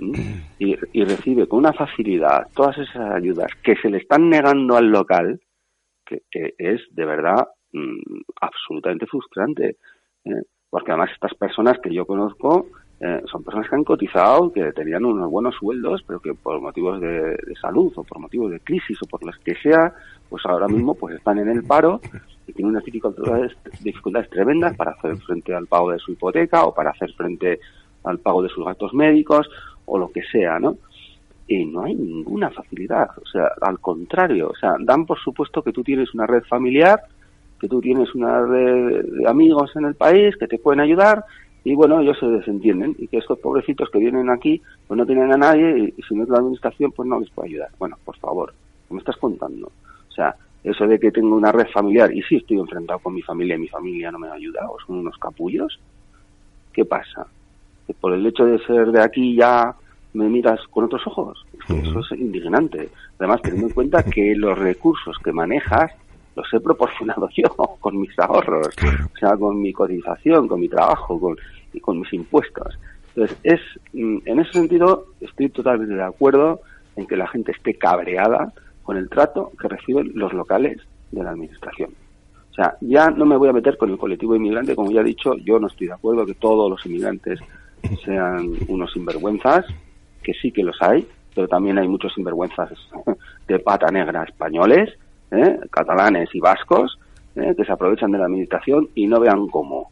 y recibe con una facilidad todas esas ayudas que se le están negando al local, que es de verdad absolutamente frustrante, porque además estas personas que yo conozco son personas que han cotizado, que tenían unos buenos sueldos, pero que por motivos de salud o por motivos de crisis o por los que sea, pues ahora mismo pues están en el paro y tienen unas dificultades tremendas para hacer frente al pago de su hipoteca o para hacer frente al pago de sus gastos médicos o lo que sea, ¿no? Y no hay ninguna facilidad, o sea, al contrario, o sea, dan por supuesto que tú tienes una red familiar, que tú tienes una red de amigos en el país que te pueden ayudar, y bueno, ellos se desentienden, y que estos pobrecitos que vienen aquí pues no tienen a nadie, y si no es la administración pues no les puede ayudar. Bueno, por favor, ¿qué me estás contando? O sea, eso de que tengo una red familiar, y sí estoy enfrentado con mi familia y mi familia no me ayuda, o son unos capullos, ¿qué pasa? ¿Que por el hecho de ser de aquí ya me miras con otros ojos? Eso es indignante. Además, teniendo en cuenta que los recursos que manejas los he proporcionado yo con mis ahorros, o sea, con mi cotización, con mi trabajo, con mis impuestos. Entonces, en ese sentido, estoy totalmente de acuerdo en que la gente esté cabreada con el trato que reciben los locales de la administración. O sea, ya no me voy a meter con el colectivo inmigrante, como ya he dicho, yo no estoy de acuerdo que todos los inmigrantes sean unos sinvergüenzas, que sí que los hay, pero también hay muchos sinvergüenzas de pata negra españoles, catalanes y vascos, que se aprovechan de la administración y no vean cómo,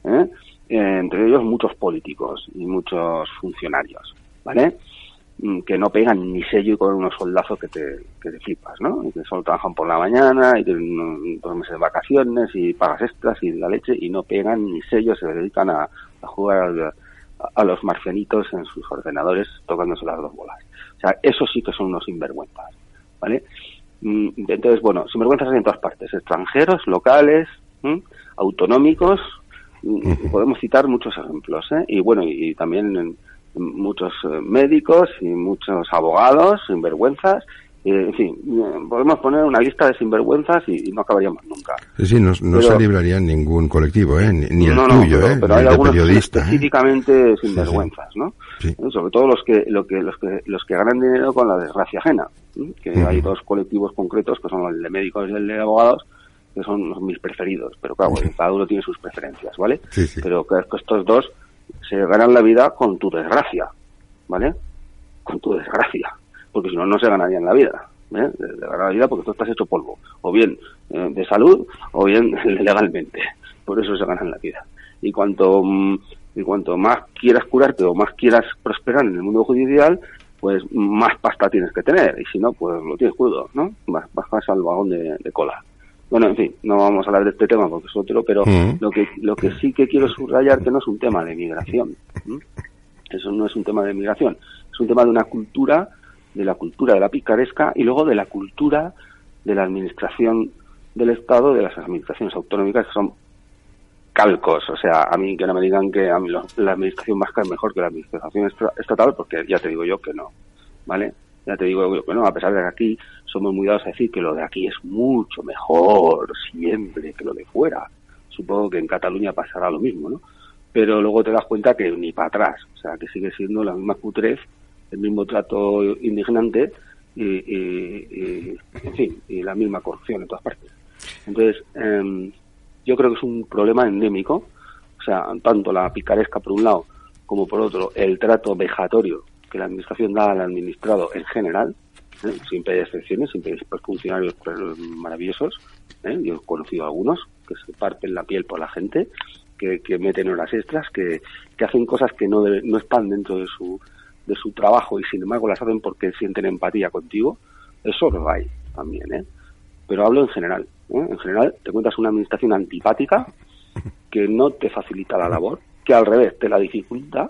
entre ellos muchos políticos y muchos funcionarios, ¿vale? Que no pegan ni sello y con unos soldazos que te flipas, ¿no? Y que solo trabajan por la mañana y tienen 2 meses de vacaciones y pagas extras y la leche y no pegan ni sello, se dedican a jugar a los marcianitos en sus ordenadores tocándose las 2 bolas. O sea, eso sí que son unos sinvergüenzas, ¿vale? Entonces, bueno, sinvergüenzas hay en todas partes, extranjeros, locales, autonómicos, podemos citar muchos ejemplos, y bueno, y también muchos médicos y muchos abogados, sinvergüenzas, en fin, podemos poner una lista de sinvergüenzas y no acabaríamos nunca. Sí, no se libraría en ningún colectivo, ni el tuyo, pero hay el algunos periodista, específicamente sinvergüenzas, sí. ¿no? Sí. Sobre todo los que ganan dinero con la desgracia ajena, que hay 2 colectivos concretos, que son el de médicos y el de abogados, que son mis preferidos, pero claro, cada uno tiene sus preferencias, ¿vale? Sí. Pero que estos 2 se ganan la vida con tu desgracia, ¿vale? Con tu desgracia, porque si no, no se ganarían la vida, de ganar la vida porque tú estás hecho polvo, o bien de salud, o bien legalmente, por eso se ganan la vida. Y cuanto más quieras curarte o más quieras prosperar en el mundo judicial, pues más pasta tienes que tener, y si no, pues lo tienes crudo, ¿no? Bajas al vagón de cola. Bueno, en fin, no vamos a hablar de este tema porque es otro, pero lo que sí que quiero subrayar que no es un tema de migración. Eso no es un tema de migración, es un tema de una cultura, de la cultura de la picaresca y luego de la cultura de la administración del Estado, de las administraciones autonómicas, que son calcos. O sea, a mí que no me digan que a mí la administración vasca es mejor que la administración estatal, porque ya te digo yo que no, ¿vale? Ya te digo yo que no, a pesar de que aquí somos muy dados a decir que lo de aquí es mucho mejor siempre que lo de fuera. Supongo que en Cataluña pasará lo mismo, ¿no? Pero luego te das cuenta que ni para atrás, o sea, que sigue siendo la misma cutrez, el mismo trato indignante y en fin, y la misma corrupción en todas partes. Entonces, yo creo que es un problema endémico, o sea, tanto la picaresca por un lado como por otro el trato vejatorio que la administración da al administrado en general, siempre hay excepciones, siempre hay funcionarios maravillosos, yo he conocido algunos que se parten la piel por la gente, que meten horas extras, que hacen cosas que no están dentro de su trabajo y sin embargo las hacen porque sienten empatía contigo. Eso lo hay también, pero hablo en general. En general te encuentras una administración antipática que no te facilita la labor, que al revés te la dificulta,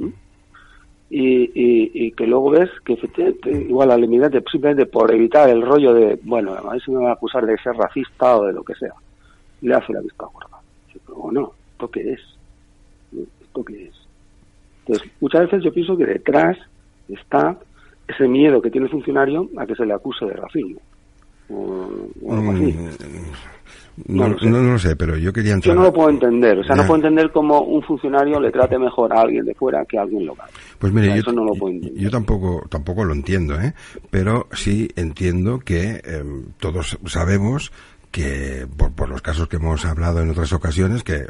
y que luego ves que igual al inmigrante simplemente por evitar el rollo de, bueno, a ver si me va a acusar de ser racista o de lo que sea, le hace la vista gorda. Pero no, ¿esto qué es? ¿Esto qué es? Entonces, muchas veces yo pienso que detrás está ese miedo que tiene el funcionario a que se le acuse de racismo. O algo así. No lo sé, pero yo quería entrar... Yo no lo puedo entender, o sea, no puedo entender cómo un funcionario le trate mejor a alguien de fuera que a alguien local. Pues mire, eso no lo puedo entender. Yo tampoco lo entiendo, pero sí entiendo que todos sabemos que, por los casos que hemos hablado en otras ocasiones, que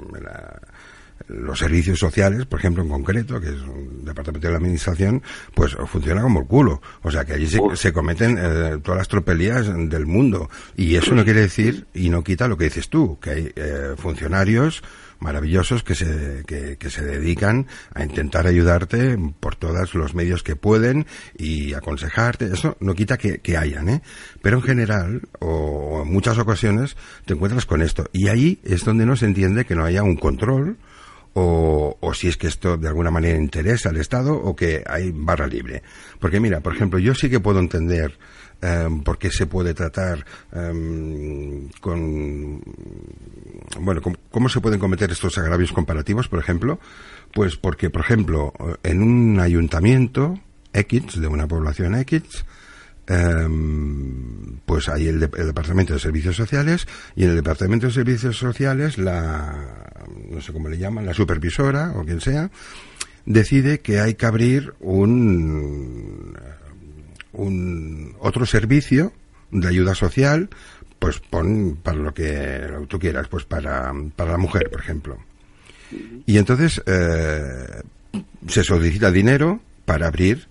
los servicios sociales, por ejemplo, en concreto, que es un departamento de la administración, pues funciona como el culo. O sea, que allí se cometen todas las tropelías del mundo. Y eso no quiere decir, y no quita lo que dices tú, que hay funcionarios maravillosos que se dedican a intentar ayudarte por todos los medios que pueden y aconsejarte. Eso no quita que hayan, pero en general, o en muchas ocasiones, te encuentras con esto. Y ahí es donde no se entiende que no haya un control, o si es que esto de alguna manera interesa al Estado, o que hay barra libre. Porque mira, por ejemplo, yo sí que puedo entender por qué se puede tratar cómo se pueden cometer estos agravios comparativos, por ejemplo. Pues porque, por ejemplo, en un ayuntamiento X, de una población X, pues hay el Departamento de Servicios Sociales, y en el Departamento de Servicios Sociales no sé cómo le llaman, la supervisora o quien sea, decide que hay que abrir otro servicio de ayuda social, pues para lo que tú quieras, pues para la mujer, por ejemplo. Y entonces se solicita dinero para abrir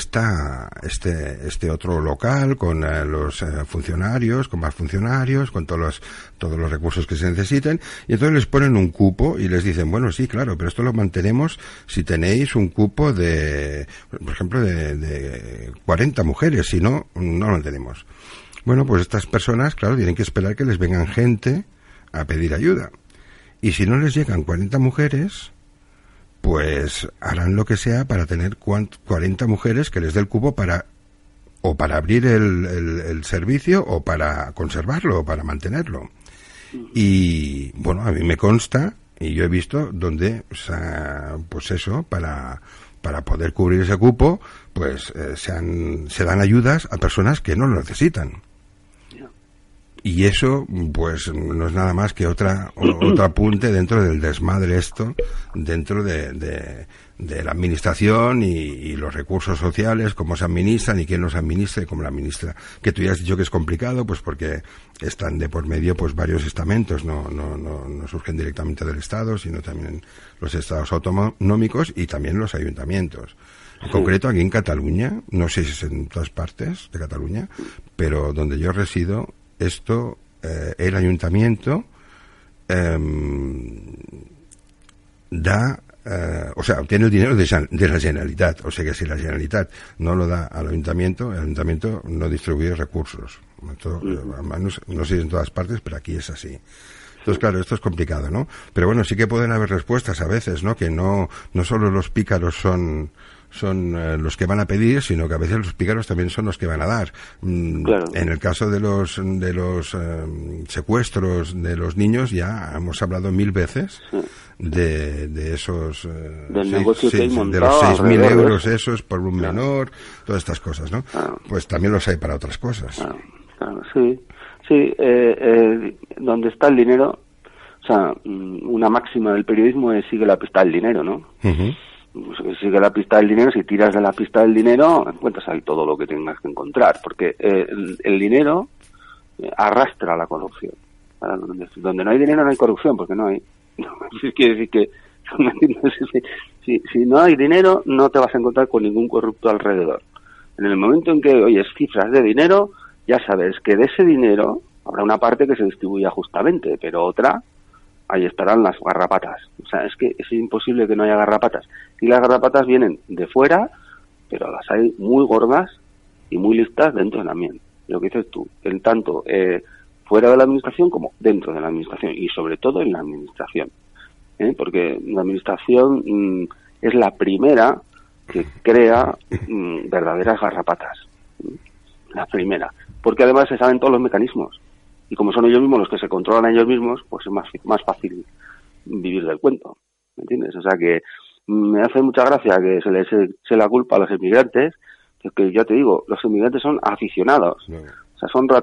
este otro local con los funcionarios, con más funcionarios, con todos los recursos que se necesiten, y entonces les ponen un cupo y les dicen, bueno, sí, claro, pero esto lo mantenemos si tenéis un cupo por ejemplo, de 40 mujeres, si no, no lo tenemos. Bueno, pues estas personas, claro, tienen que esperar que les vengan gente a pedir ayuda. Y si no les llegan 40 mujeres, pues harán lo que sea para tener 40 mujeres que les dé el cupo para abrir el servicio, o para conservarlo, o para mantenerlo. Y bueno, a mí me consta, y yo he visto donde, pues eso, para poder cubrir ese cupo, pues se dan ayudas a personas que no lo necesitan. Y eso, pues, no es nada más que otro apunte dentro del desmadre dentro de la administración y los recursos sociales, cómo se administran y quién los administra y cómo la administra. Que tú ya has dicho que es complicado, pues porque están de por medio, pues, varios estamentos, no surgen directamente del Estado, sino también los estados autonómicos y también los ayuntamientos. En concreto, aquí en Cataluña, no sé si es en todas partes de Cataluña, pero donde yo resido, el ayuntamiento obtiene el dinero de la Generalitat. O sea que si la Generalitat no lo da al ayuntamiento, el ayuntamiento no distribuye recursos. Esto, no sé si en todas partes, pero aquí es así. Entonces, claro, esto es complicado, ¿no? Pero bueno, sí que pueden haber respuestas a veces, ¿no? Que no solo los pícaros son los que van a pedir, sino que a veces los pícaros también son los que van a dar. Claro. En el caso de los secuestros de los niños, ya hemos hablado 1000 veces de esos del negocio que hay montado, de los 6.000 euros de esos por un menor, todas estas cosas, ¿no? Pues también los hay para otras cosas. Claro, sí, donde está el dinero, o sea, una máxima del periodismo es sigue la pista del dinero, ¿no? Uh-huh. Sigue la pista del dinero, si tiras de la pista del dinero, encuentras ahí todo lo que tengas que encontrar, porque el dinero arrastra la corrupción. Donde no hay dinero no hay corrupción, porque no hay. Quiere decir que si no hay dinero, no te vas a encontrar con ningún corrupto alrededor. En el momento en que oyes cifras de dinero, ya sabes que de ese dinero habrá una parte que se distribuya justamente, pero otra, ahí estarán las garrapatas. O sea, es que es imposible que no haya garrapatas. Y las garrapatas vienen de fuera, pero las hay muy gordas y muy listas dentro de la miel. Lo que dices tú, en tanto fuera de la administración como dentro de la administración, y sobre todo en la administración. Porque la administración es la primera que crea verdaderas garrapatas. La primera. Porque además se saben todos los mecanismos. Y como son ellos mismos los que se controlan a ellos mismos, pues es más fácil vivir del cuento, ¿me entiendes? O sea que me hace mucha gracia que se les eche la culpa a los inmigrantes, que ya te digo, los inmigrantes son aficionados. No. O sea, son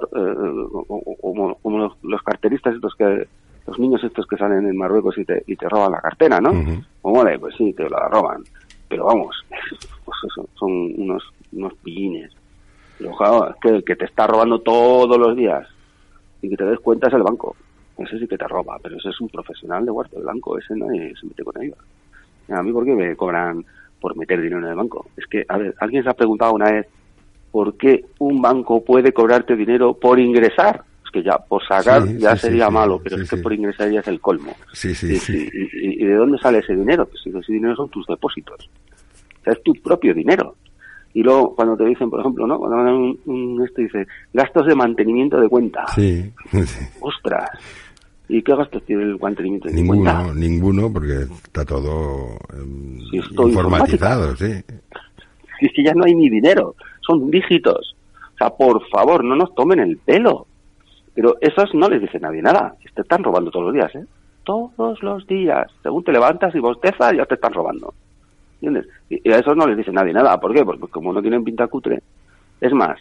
como los carteristas estos los niños estos que salen en Marruecos y te roban la cartera, ¿no? Uh-huh. Pues vale, pues sí, te la roban. Pero vamos, pues eso, son unos pillines. Pero claro, es que el que te está robando todos los días y que te des cuenta es el banco. Ese sí que te roba, pero ese es un profesional de guardia del banco, ese nadie se mete con ellos. A mí, ¿por qué me cobran por meter dinero en el banco? Es que, a ver, alguien se ha preguntado una vez ¿por qué un banco puede cobrarte dinero por ingresar? Es que ya por sacar sería malo, pero es que por ingresar ya es el colmo. ¿Y de dónde sale ese dinero? Pues ese dinero son tus depósitos. O sea, es tu propio dinero. Y luego, cuando te dicen, por ejemplo, ¿no? Cuando mandan dice, gastos de mantenimiento de cuenta. Sí. ¡Ostras! ¿Y qué gastos tiene el mantenimiento de cuenta? Ninguno, porque está todo informatizado, sí. Si es que ya no hay ni dinero, son dígitos. O sea, por favor, no nos tomen el pelo. Pero esos no les dice nadie nada. Te están robando todos los días, ¿eh? Todos los días. Según te levantas y bostezas, ya te están robando. ¿Entiendes? Y a esos no les dice nadie nada. ¿Por qué? Porque como no tienen pinta cutre. Es más,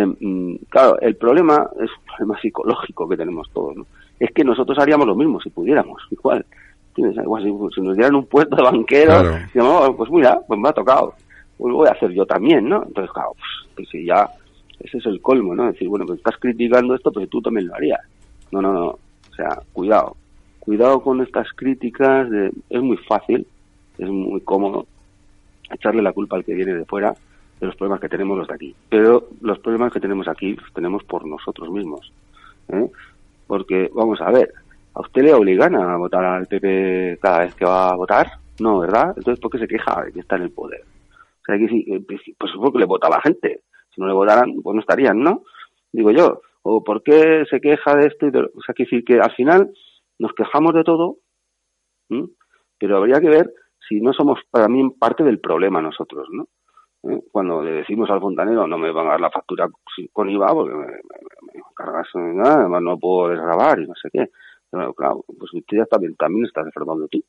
claro, el problema es un problema psicológico que tenemos todos, ¿no? Es que nosotros haríamos lo mismo si pudiéramos. Igual. ¿Entiendes? Igual si nos dieran un puesto de banquero, claro. Digamos, pues mira, pues me ha tocado. Pues lo voy a hacer yo también, ¿no? Entonces, claro, pues si ya, ese es el colmo, ¿no? Decir, bueno, pues estás criticando esto, pues tú también lo harías. No. O sea, cuidado con estas críticas. Es muy fácil, es muy cómodo echarle la culpa al que viene de fuera de los problemas que tenemos los de aquí. Pero los problemas que tenemos aquí los tenemos por nosotros mismos, ¿eh? Porque, vamos a ver, ¿a usted le obligan a votar al PP cada vez que va a votar? No, ¿verdad? Entonces, ¿por qué se queja de que está en el poder? O sea, que sí, pues es porque le vota a la gente. Si no le votaran, pues no estarían, ¿no? Digo yo. ¿O por qué se queja de esto? O sea, que sí, que al final nos quejamos de todo, ¿sí? Pero habría que ver si no somos, para mí, parte del problema nosotros, ¿no? Cuando le decimos al fontanero, no me van a dar la factura con IVA porque me cargas nada, además no puedo desgravar y no sé qué. Pero, claro, pues usted ya también estás defraudando tú.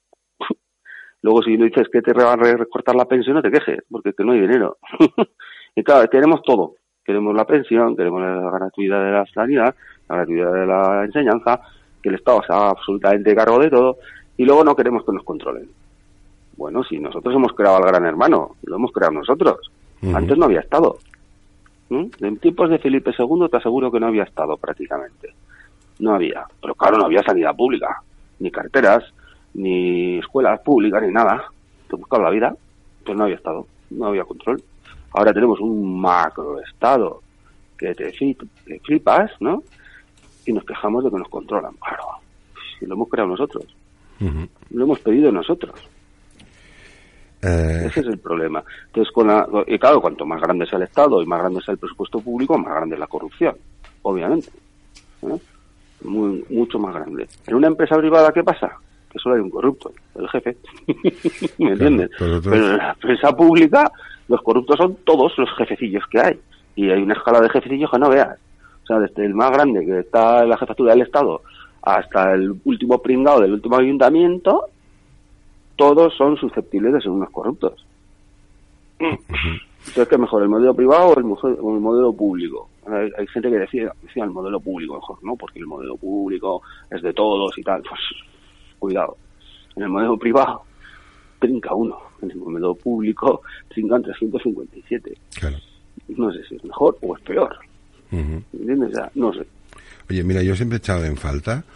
Luego, si le dices que te van a recortar la pensión, no te quejes, porque es que no hay dinero. Y claro, queremos todo. Queremos la pensión, queremos la gratuidad de la sanidad, la gratuidad de la enseñanza, que el Estado se haga absolutamente cargo de todo, y luego no queremos que nos controlen. Bueno, si nosotros hemos creado al Gran Hermano, lo hemos creado nosotros. Uh-huh. Antes no había Estado. En tiempos de Felipe II te aseguro que no había Estado prácticamente. No había. Pero claro, no había sanidad pública, ni carteras, ni escuelas públicas, ni nada. Te buscaba la vida, pues no había Estado, no había control. Ahora tenemos un macroestado que te flipas, ¿no? Y nos quejamos de que nos controlan. Claro, si lo hemos creado nosotros. Uh-huh. Lo hemos pedido nosotros. Ese es el problema. Entonces, y claro, cuanto más grande sea el Estado y más grande sea el presupuesto público, más grande es la corrupción, obviamente. Mucho más grande. En una empresa privada, ¿qué pasa? Que solo hay un corrupto, el jefe. ¿Me entiendes? Claro, pero en la empresa pública, los corruptos son todos los jefecillos que hay. Y hay una escala de jefecillos que no veas. O sea, desde el más grande, que está en la jefatura del Estado, hasta el último pringado del último ayuntamiento, todos son susceptibles de ser unos corruptos. Entonces, ¿qué es mejor, el modelo privado o el modelo público? Hay gente que decía el modelo público mejor, ¿no? Porque el modelo público es de todos y tal. Pues, cuidado. En el modelo privado, trinca uno. En el modelo público, trincan 357. Claro. No sé si es mejor o es peor. Uh-huh. ¿Entiendes? O sea, no sé. Oye, mira, yo siempre he echado en falta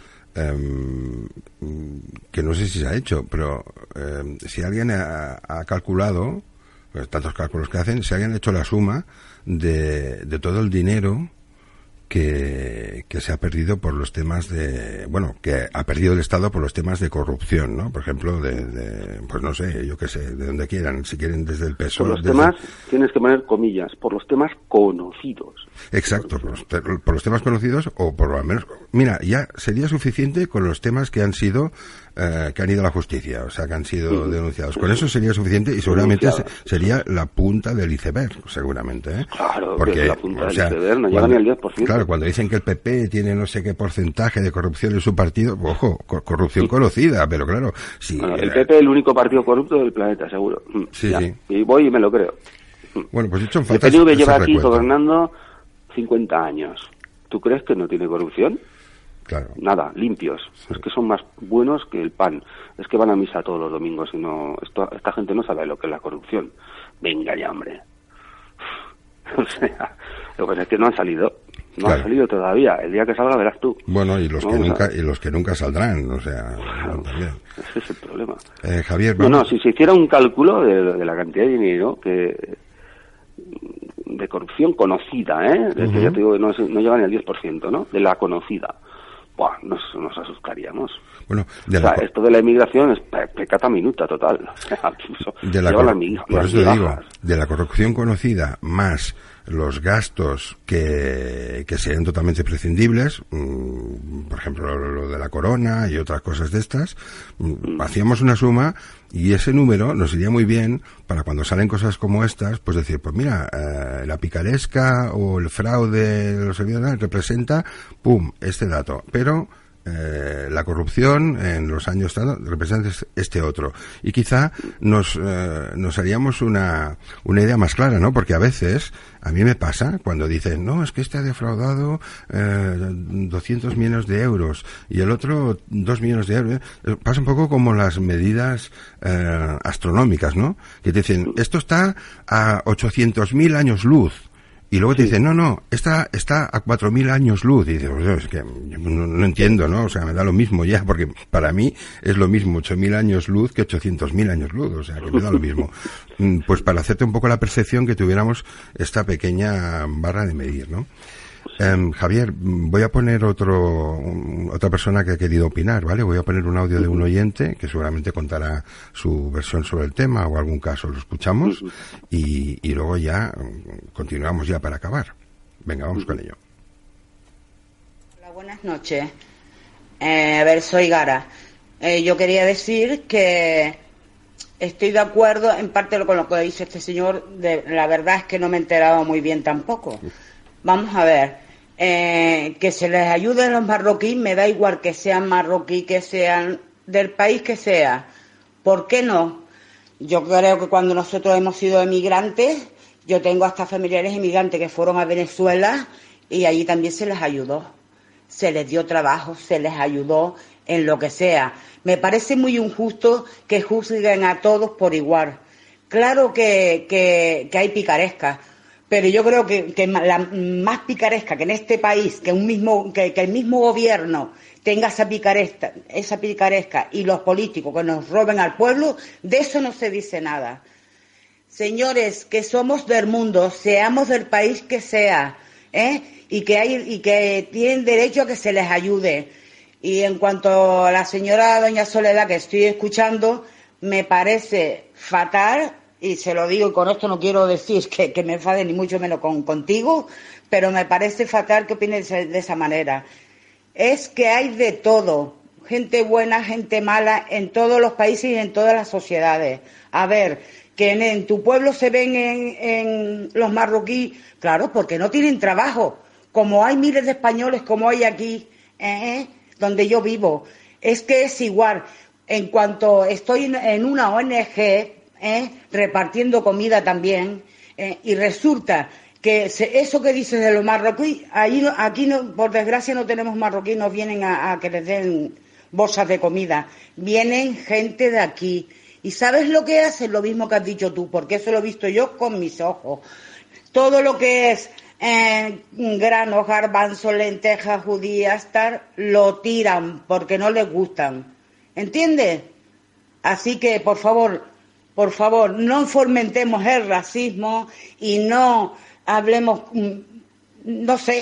que no sé si se ha hecho, pero si alguien ha calculado, pues, tantos cálculos que hacen, si alguien ha hecho la suma de todo el dinero que se ha perdido por los temas que ha perdido el Estado por los temas de corrupción, ¿no? Por ejemplo, pues no sé, yo qué sé, de donde quieran, si quieren desde el PSOE. Por los temas, tienes que poner comillas, por los temas conocidos. Exacto, por los temas conocidos o por lo menos... Mira, ya sería suficiente con los temas que han sido que han ido a la justicia, o sea, que han sido denunciados. Con eso sería suficiente y seguramente sería la punta del iceberg, seguramente, ¿eh? Claro, porque que es la punta del iceberg, no llega ni al 10%. Claro, cuando dicen que el PP tiene no sé qué porcentaje de corrupción en su partido, ojo, corrupción conocida, pero claro, sí. Bueno, el PP es el único partido corrupto del planeta, seguro. Sí, sí. Y voy y me lo creo. Bueno, pues hecho en falta. El PNV lleva aquí gobernando 50 años. ¿Tú crees que no tiene corrupción? Claro. Nada, limpios. Sí. Es que son más buenos que el pan. Es que van a misa todos los domingos y no... esta gente no sabe lo que es la corrupción. Venga ya, hombre. O sea, lo que pasa es que no han salido. No han salido todavía. El día que salga verás tú. Bueno, y los que nunca saldrán, o sea... Claro, ese es el problema. Javier, vamos. No, si se hiciera un cálculo de la cantidad de dinero que... de corrupción conocida, ¿eh? Que ya te digo que no llega ni al 10%, ¿no? De la conocida. Buah, nos asustaríamos. Bueno, esto de la inmigración es pecata minuta total. Por eso te digo, de la corrupción conocida más los gastos que serían totalmente prescindibles, por ejemplo lo de la corona y otras cosas de estas, hacíamos una suma y ese número nos iría muy bien para cuando salen cosas como estas, pues decir, pues mira, la picaresca o el fraude de los servidores representa, este dato, pero la corrupción en los años representa este otro, y quizá nos haríamos una idea más clara, ¿no? Porque a veces a mí me pasa cuando dicen, no, es que este ha defraudado 200 millones de euros y el otro 2 millones de euros. Pasa un poco como las medidas astronómicas, ¿no? Que te dicen, esto está a 800.000 años luz. Y luego te dicen, no, esta está a 4.000 años luz. Y dices, pues, es que no entiendo, ¿no? O sea, me da lo mismo ya, porque para mí es lo mismo 8.000 años luz que 800.000 años luz. O sea, que me da lo mismo. Pues para hacerte un poco la percepción que tuviéramos esta pequeña barra de medir, ¿no? Javier, voy a poner otra persona que ha querido opinar, ¿vale? Voy a poner un audio de un oyente que seguramente contará su versión sobre el tema o algún caso. Lo escuchamos y luego ya continuamos ya para acabar. Venga, vamos con ello. Hola, buenas noches. Soy Gara. Yo quería decir que estoy de acuerdo en parte con lo que dice este señor. La verdad es que no me he enterado muy bien tampoco. Vamos a ver. Que se les ayude a los marroquíes, me da igual que sean marroquíes, que sean del país que sea. ¿Por qué no? Yo creo que cuando nosotros hemos sido emigrantes, yo tengo hasta familiares emigrantes que fueron a Venezuela y allí también se les ayudó. Se les dio trabajo, se les ayudó en lo que sea. Me parece muy injusto que juzguen a todos por igual. Claro que hay picarescas. Pero yo creo que la más picaresca que en este país, que el mismo gobierno tenga esa picaresca y los políticos que nos roben al pueblo, de eso no se dice nada. Señores, que somos del mundo, seamos del país que sea, y que tienen derecho a que se les ayude. Y en cuanto a la señora doña Soledad que estoy escuchando, me parece fatal. Y se lo digo, y con esto no quiero decir que me enfade ni mucho menos contigo, pero me parece fatal que opines de esa manera. Es que hay de todo, gente buena, gente mala, en todos los países y en todas las sociedades. A ver, que en tu pueblo se ven en los marroquíes, claro, porque no tienen trabajo, como hay miles de españoles, como hay aquí, donde yo vivo. Es que es igual. En cuanto estoy en una ONG, repartiendo comida también, y resulta que eso que dices de los marroquíes, aquí no, por desgracia no tenemos marroquíes, nos vienen a que les den bolsas de comida, vienen gente de aquí, y ¿sabes lo que hacen? Lo mismo que has dicho tú, porque eso lo he visto yo con mis ojos. Todo lo que es granos, garbanzos, lentejas, judías, lo tiran porque no les gustan, ¿entiendes? Así que, por favor, no fomentemos el racismo y no hablemos, no sé,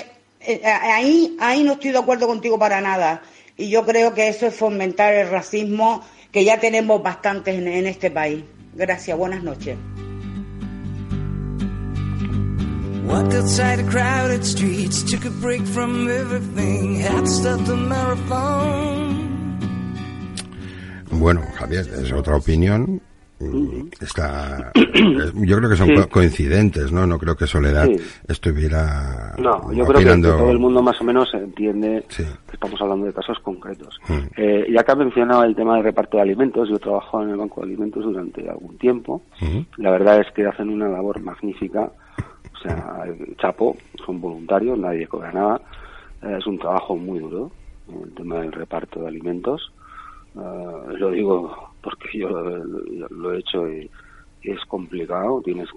ahí no estoy de acuerdo contigo para nada. Y yo creo que eso es fomentar el racismo, que ya tenemos bastantes en este país. Gracias, buenas noches. Walked outside the crowded streets, took a break from everything, had to stop the marathon. Bueno, Javier, es otra opinión. Yo creo que son coincidentes, ¿no? No creo que Soledad estuviera yo creo que todo el mundo más o menos entiende que estamos hablando de casos concretos. Ya que ha mencionado el tema del reparto de alimentos, yo he trabajado en el Banco de Alimentos durante algún tiempo. La verdad es que hacen una labor magnífica. O sea, el chapo, son voluntarios, nadie cobra nada. Es un trabajo muy duro, el tema del reparto de alimentos. Lo digo porque yo lo he hecho y es complicado. Tienes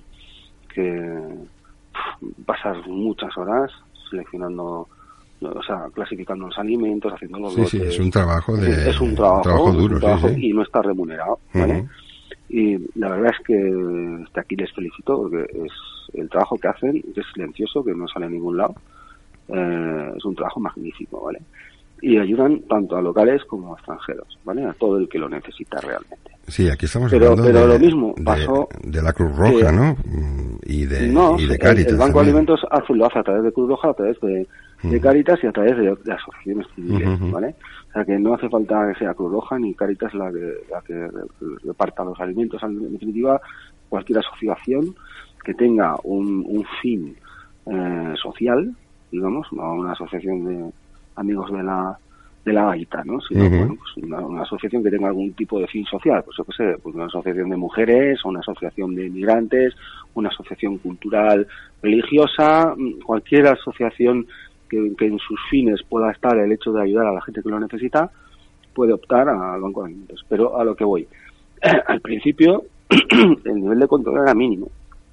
que pasar muchas horas seleccionando, o sea, clasificando los alimentos, haciendo los lotes. Sí, es un trabajo es un trabajo duro, sí. Y no está remunerado, ¿vale? Y la verdad es que desde aquí les felicito porque es el trabajo que hacen, que es silencioso, que no sale a ningún lado. Es un trabajo magnífico, ¿vale? Y ayudan tanto a locales como a extranjeros, ¿vale? A todo el que lo necesita realmente. Sí, aquí estamos hablando lo mismo pasó de la Cruz Roja, ¿no? Y de Cáritas. El Banco de Alimentos lo hace a través de Cruz Roja, a través de Cáritas y a través de asociaciones civiles, ¿vale? O sea que no hace falta que sea Cruz Roja ni Cáritas la que reparta los alimentos. En definitiva, cualquier asociación que tenga un fin social, digamos, no una asociación de amigos de la gaita, ¿no? Sino, bueno, pues una asociación que tenga algún tipo de fin social, pues yo qué sé, pues una asociación de mujeres, o una asociación de inmigrantes, una asociación cultural religiosa, cualquier asociación que en sus fines pueda estar el hecho de ayudar a la gente que lo necesita, puede optar al Banco de Alimentos. Pero a lo que voy, al principio el nivel de control era mínimo.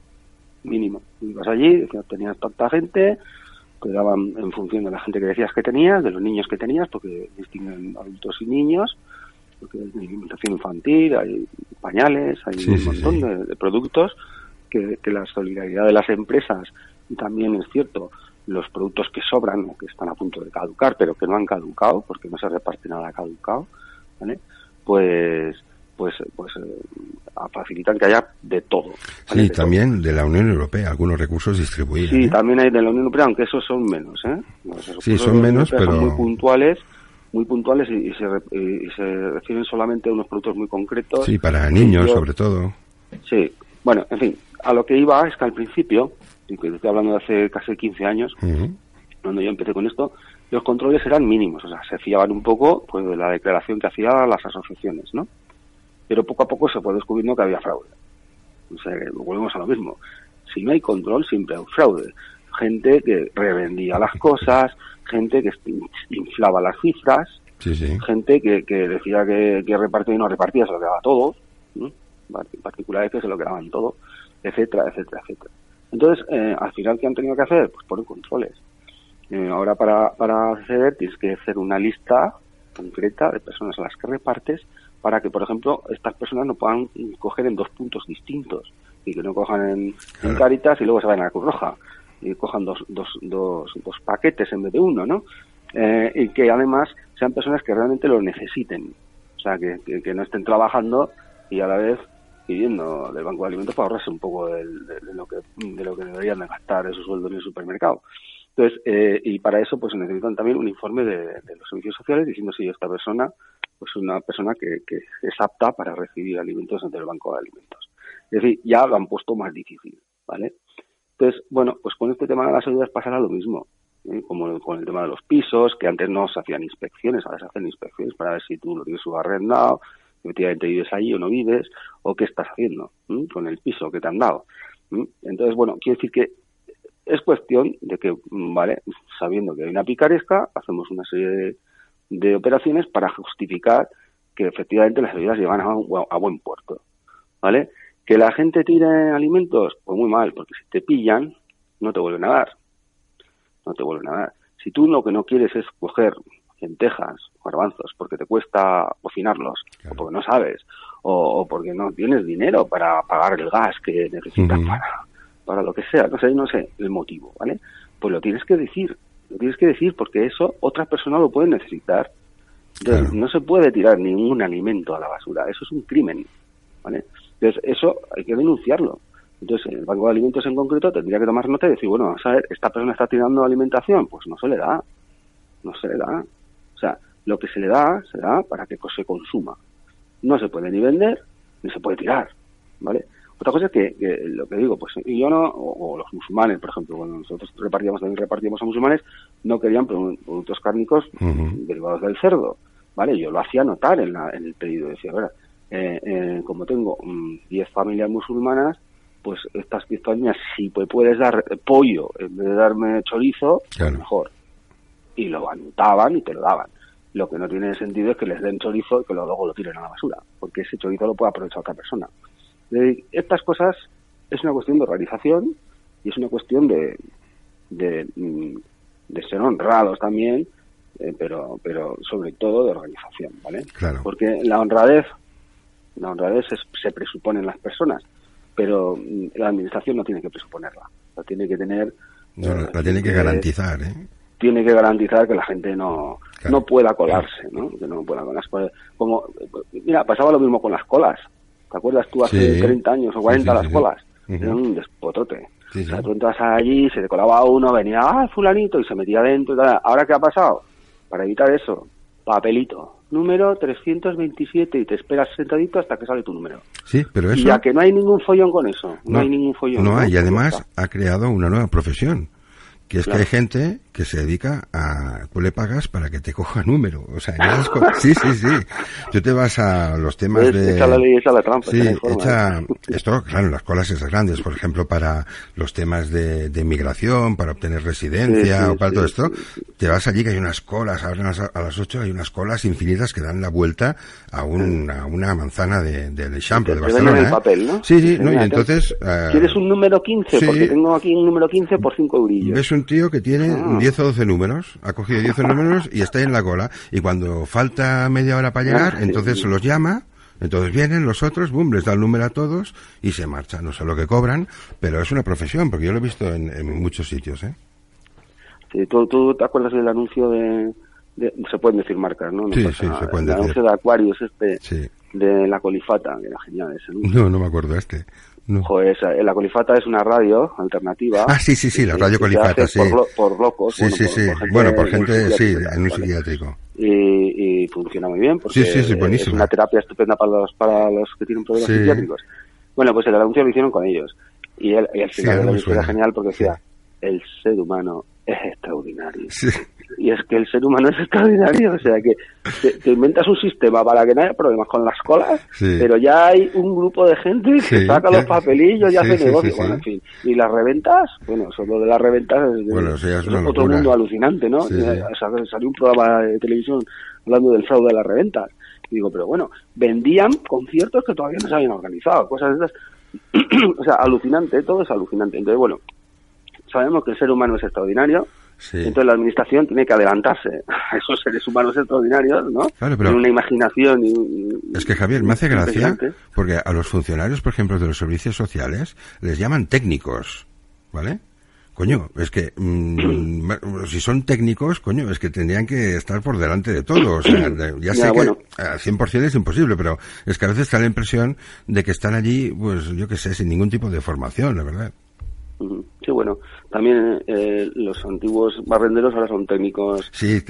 Ibas allí, tenías tanta gente, te daban en función de la gente que decías que tenías, de los niños que tenías, porque distinguen adultos y niños, porque hay alimentación infantil, hay pañales, hay un montón de productos que la solidaridad de las empresas, y también es cierto, los productos que sobran o que están a punto de caducar, pero que no han caducado, porque no se reparte nada caducado, ¿vale? Pues facilitan que haya de todo, ¿vale? Sí, también de la Unión Europea, algunos recursos distribuidos. Sí, también hay de la Unión Europea, aunque esos son menos, ¿eh? Sí, son menos, pero son muy puntuales y se refieren solamente a unos productos muy concretos. Sí, para niños sobre todo. Sí, bueno, en fin, a lo que iba es que al principio, y que estoy hablando de hace casi 15 años, cuando yo empecé con esto, los controles eran mínimos, o sea, se fiaban un poco pues de la declaración que hacían las asociaciones, ¿no? Pero poco a poco se fue descubriendo que había fraude. O sea, volvemos a lo mismo. Si no hay control, siempre hay fraude. Gente que revendía las cosas, gente que inflaba las cifras, gente que decía que repartía y no repartía, se lo quedaba todo, ¿no? Particulares que se lo quedaban todo, etcétera, etcétera, etcétera. Entonces, al final, ¿qué han tenido que hacer? Pues poner controles. Ahora para acceder tienes que hacer una lista concreta de personas a las que repartes, para que, por ejemplo, estas personas no puedan coger en 2 puntos distintos y que no cojan en Cáritas y luego se vayan a la Cruz Roja y cojan dos paquetes en vez de uno, ¿no? Y que además sean personas que realmente lo necesiten, o sea, que no estén trabajando y a la vez pidiendo del Banco de Alimentos para ahorrarse un poco de lo que deberían de gastar esos sueldos en el supermercado. Entonces, y para eso pues necesitan también un informe de los servicios sociales diciendo si esta persona pues una persona que es apta para recibir alimentos ante el Banco de Alimentos. Es decir, ya lo han puesto más difícil, ¿vale? Entonces, bueno, pues con este tema de las ayudas pasará lo mismo, como con el tema de los pisos, que antes no se hacían inspecciones, ahora se hacen inspecciones para ver si tú lo tienes subarrendado, efectivamente vives allí o no vives, o qué estás haciendo con el piso que te han dado. Entonces, bueno, quiere decir que es cuestión de que, vale, sabiendo que hay una picaresca, hacemos una serie de operaciones para justificar que efectivamente las ayudas llegan a buen puerto, ¿vale? Que la gente tire alimentos, pues muy mal, porque si te pillan, no te vuelven a dar. Si tú lo que no quieres es coger lentejas o garbanzos porque te cuesta cocinarlos, o porque no sabes, o porque no tienes dinero para pagar el gas que necesitas para lo que sea, no sé el motivo, ¿vale? Pues lo tienes que decir porque eso otras personas lo pueden necesitar. Entonces, no se puede tirar ningún alimento a la basura, eso es un crimen, ¿vale? Entonces, eso hay que denunciarlo. Entonces, el Banco de Alimentos en concreto tendría que tomar nota y decir, bueno, vamos a ver, ¿esta persona está tirando alimentación? Pues no se le da. O sea, lo que se le da para que se consuma, no se puede ni vender ni se puede tirar, ¿vale? Otra cosa es que lo que digo, pues yo no, o los musulmanes, por ejemplo, cuando nosotros repartíamos a musulmanes, no querían productos cárnicos derivados del cerdo, ¿vale? Yo lo hacía notar en el pedido, decía, como tengo 10 familias musulmanas, pues estas 10 familias, si puedes dar pollo en vez de darme chorizo, claro, mejor. Y lo anotaban y te lo daban. Lo que no tiene sentido es que les den chorizo y que luego lo tiren a la basura, porque ese chorizo lo puede aprovechar otra persona. Estas cosas es una cuestión de organización y es una cuestión de ser honrados también, pero sobre todo de organización, ¿vale? Claro. Porque la honradez se presupone en las personas, pero la administración no tiene que presuponerla, la tiene que tener, la tiene que garantizar, ¿eh? Tiene que garantizar que la gente no pueda colarse, ¿no? Que no pueda colarse. Como, mira, pasaba lo mismo con las colas. ¿Te acuerdas tú hace 30 años o 40 las colas? Eran un despotote. O sea, tú entras allí, se te colaba uno, venía, fulanito, y se metía dentro y tal. ¿Ahora qué ha pasado? Para evitar eso, papelito, número 327, y te esperas sentadito hasta que sale tu número. Sí, pero eso... Y ya que no hay ningún follón con eso, no hay ningún follón. No hay, y además ha creado una nueva profesión, que es claro, que hay gente que se dedica a... Tú le pagas para que te coja número. O sea, sí. Tú te vas a los temas de... Echa la ley, echa la trampa. Sí, esto, claro, en las colas esas grandes, por ejemplo, para los temas de inmigración, para obtener residencia o para todo esto, te vas allí que hay unas colas, a las 8 hay unas colas infinitas que dan la vuelta a una manzana del Eixample de Barcelona. El papel, ¿no? Sí, no, y entonces... ¿Quieres un número 15? Porque tengo aquí un número 15 por 5 eurillos. ¿Ves un tío que tiene 10 o 12 números, ha cogido 10 números y está en la cola, y cuando falta media hora para llegar, entonces los llama, entonces vienen los otros, boom, les da el número a todos y se marchan. No sé lo que cobran, pero es una profesión, porque yo lo he visto en muchos sitios, ¿eh? Sí, ¿tú te acuerdas del anuncio de se pueden decir marcas, ¿no? Sí, se pueden decir. El anuncio de Aquarius de La Colifata, que era genial ese anuncio. No me acuerdo No. Joder, la Colifata es una radio alternativa. Sí, la radio Colifata, sí. Por locos. Sí. Por gente, en un psiquiátrico. Y funciona muy bien, porque es una terapia estupenda para los que tienen problemas psiquiátricos. Bueno, pues el anuncio lo hicieron con ellos. Y al final del anuncio era genial porque decía, el ser humano es extraordinario. Sí. Y es que el ser humano es extraordinario, o sea que te inventas un sistema para que no haya problemas con las colas, pero ya hay un grupo de gente que saca los papelillos y hace negocio, bueno, en fin. Y las reventas, bueno, solo de las reventas es otro mundo alucinante, ¿no? Salió un programa de televisión hablando del fraude de las reventas. Y digo, pero bueno, vendían conciertos que todavía no se habían organizado, cosas de esas. O sea, alucinante, todo es alucinante. Entonces, bueno, sabemos que el ser humano es extraordinario. Sí. Entonces la administración tiene que adelantarse a esos seres humanos extraordinarios, ¿no? Claro, pero tiene una imaginación es que, Javier, me hace gracia porque a los funcionarios, por ejemplo, de los servicios sociales les llaman técnicos, ¿vale? Coño, es que si son técnicos, coño, es que tendrían que estar por delante de todo. O sea, ya sé que al 100% es imposible, pero es que a veces da la impresión de que están allí, pues yo qué sé, sin ningún tipo de formación, la verdad. Sí, bueno, también los antiguos barrenderos ahora son técnicos,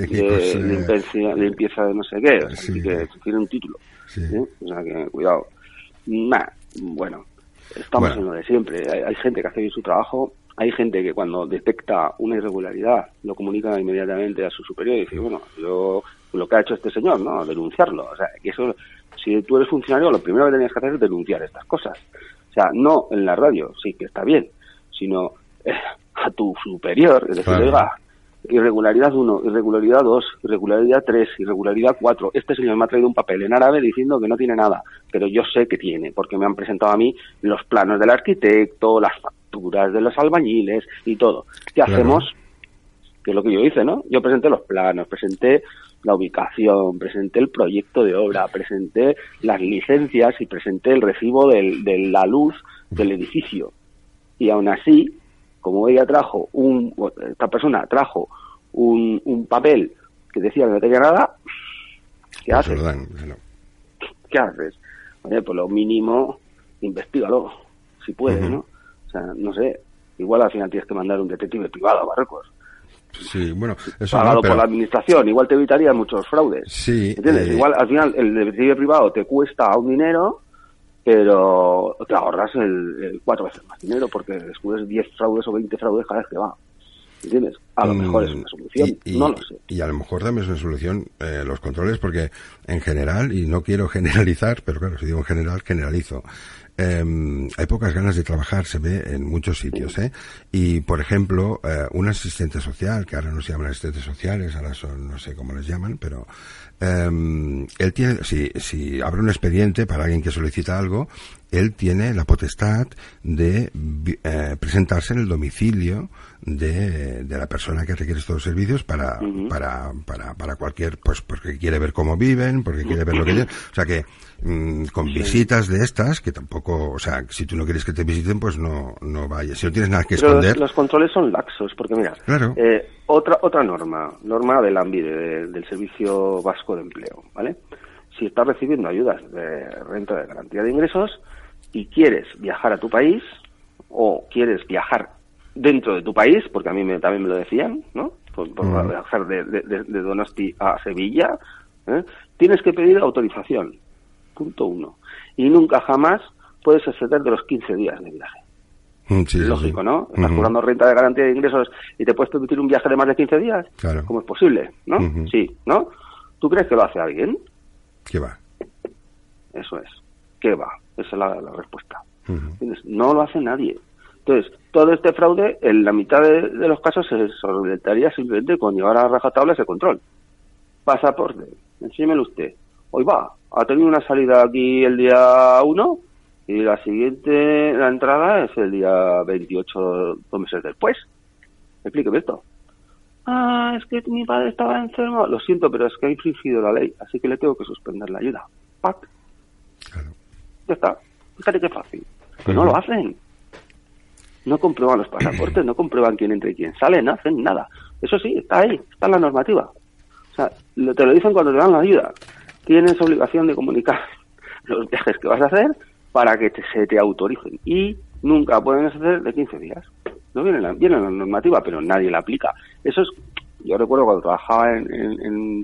de limpieza de no sé qué, o sea, que tienen un título, o sea que cuidado. Bueno, estamos en lo de siempre, hay gente que hace bien su trabajo, hay gente que cuando detecta una irregularidad lo comunica inmediatamente a su superior y dice, bueno, yo lo que ha hecho este señor, ¿no? Denunciarlo, o sea, que eso, si tú eres funcionario, lo primero que tenías que hacer es denunciar estas cosas, o sea, no en la radio, sí que está bien, sino a tu superior, es decir, oiga, irregularidad 1, irregularidad 2, irregularidad 3, irregularidad 4. Este señor me ha traído un papel en árabe diciendo que no tiene nada, pero yo sé que tiene, porque me han presentado a mí los planos del arquitecto, las facturas de los albañiles y todo. ¿Qué hacemos? Que es lo que yo hice, ¿no? Yo presenté los planos, presenté la ubicación, presenté el proyecto de obra, presenté las licencias y presenté el recibo de la luz del edificio. Y aún así, como esta persona trajo un papel que decía que no tenía nada, ¿qué haces? ¿Qué haces? Oye, pues lo mínimo, investígalo, si puedes, ¿no? O sea, no sé, igual al final tienes que mandar un detective privado a Marruecos. Sí, bueno, eso pagado no, pero... por la administración, igual te evitaría muchos fraudes. Sí. ¿Entiendes? Igual al final el detective privado te cuesta un dinero, pero te ahorras el 4 veces más dinero porque descubres 10 fraudes o 20 fraudes cada vez que va. ¿Entiendes? A lo mejor es una solución, no lo sé. Y a lo mejor también es una solución los controles, porque en general, y no quiero generalizar, pero claro, si digo en general, generalizo. Hay pocas ganas de trabajar, se ve en muchos sitios, y por ejemplo, un asistente social, que ahora no se llaman asistentes sociales, ahora son, no sé cómo les llaman, pero él tiene, si abre un expediente para alguien que solicita algo, él tiene la potestad de presentarse en el domicilio de la persona que requiere estos servicios para cualquier, pues porque quiere ver cómo viven, porque quiere ver lo que tienen, o sea que con visitas de estas, que tampoco, o sea, si tú no quieres que te visiten, pues no vayas. Si no tienes nada que esconder. Los controles son laxos, porque mira, claro. Otra norma del ANVIDE, del Servicio Vasco de Empleo, ¿vale? Si estás recibiendo ayudas de renta de garantía de ingresos y quieres viajar a tu país, o quieres viajar dentro de tu país, porque a mí también me lo decían, ¿no? Por viajar de Donosti a Sevilla, tienes que pedir autorización. Punto 1. Y nunca jamás puedes exceder de los 15 días de viaje. Sí, lógico, sí. ¿no? Estás cobrando renta de garantía de ingresos y te puedes permitir un viaje de más de 15 días. Claro. ¿Cómo es posible? ¿No? Sí, ¿no? ¿Tú crees que lo hace alguien? ¿Qué va? Eso es. ¿Qué va? Esa es la respuesta. No lo hace nadie. Entonces, todo este fraude, en la mitad de los casos, se solventaría simplemente con llevar a rajatabla ese control. Pasaporte. Enséñemelo usted. Hoy va. Ha tenido una salida aquí el día 1 y la entrada es el día 28, 2 meses después. Explíqueme esto. Es que mi padre estaba enfermo. Lo siento, pero es que ha infringido la ley, así que le tengo que suspender la ayuda. ¡Pac! Claro. Ya está. Fíjate qué fácil. Pero no lo hacen. No comprueban los pasaportes, no comprueban quién entra y quién sale, no hacen nada. Eso sí, está ahí, está en la normativa. O sea, te lo dicen cuando te dan la ayuda. Tienes obligación de comunicar los viajes que vas a hacer para que se te autoricen. Y nunca pueden hacer de 15 días. No viene en la normativa, pero nadie la aplica. Eso es, yo recuerdo cuando trabajaba en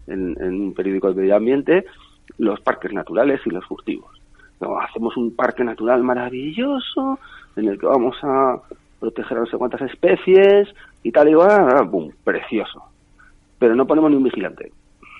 un periódico de medio ambiente, los parques naturales y los furtivos. Hacemos un parque natural maravilloso en el que vamos a proteger a no sé cuántas especies y tal y igual, ¡pum! Precioso. Pero no ponemos ni un vigilante.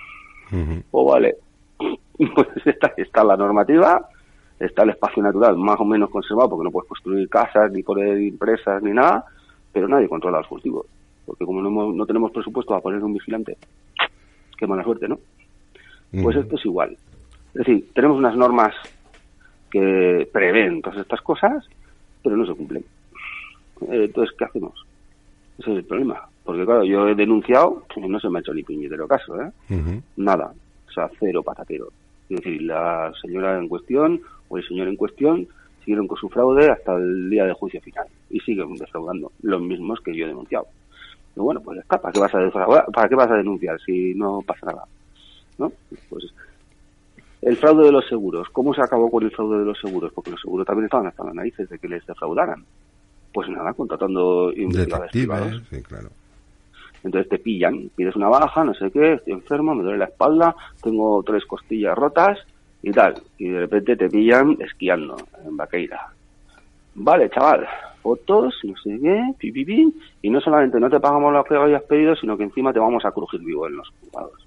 Vale, pues está la normativa, está el espacio natural más o menos conservado porque no puedes construir casas, ni poner empresas, ni nada, pero nadie controla a los furtivos, porque como no tenemos presupuesto a poner un vigilante, qué mala suerte, ¿no? Pues esto es igual. Es decir, tenemos unas normas que prevén todas estas cosas, pero no se cumplen. Entonces, ¿qué hacemos? Ese es el problema. Porque claro, yo he denunciado, no se me ha hecho ni puñetero caso, Nada. O sea, cero patatero. Es decir, la señora en cuestión o el señor en cuestión siguieron con su fraude hasta el día de juicio final. Y siguen defraudando los mismos que yo he denunciado. Y bueno, pues está, ¿para qué vas a denunciar si no pasa nada? ¿No? Pues el fraude de los seguros. ¿Cómo se acabó con el fraude de los seguros? Porque los seguros también estaban hasta las narices de que les defraudaran. Pues nada, contratando investigadores privados. Sí, claro. Entonces te pillan, pides una baja, no sé qué, estoy enfermo, me duele la espalda, tengo 3 costillas rotas y tal. Y de repente te pillan esquiando en Vaqueira. Vale, chaval, fotos, no sé qué, y no solamente no te pagamos lo que hayas pedido, sino que encima te vamos a crujir vivo en los juzgados.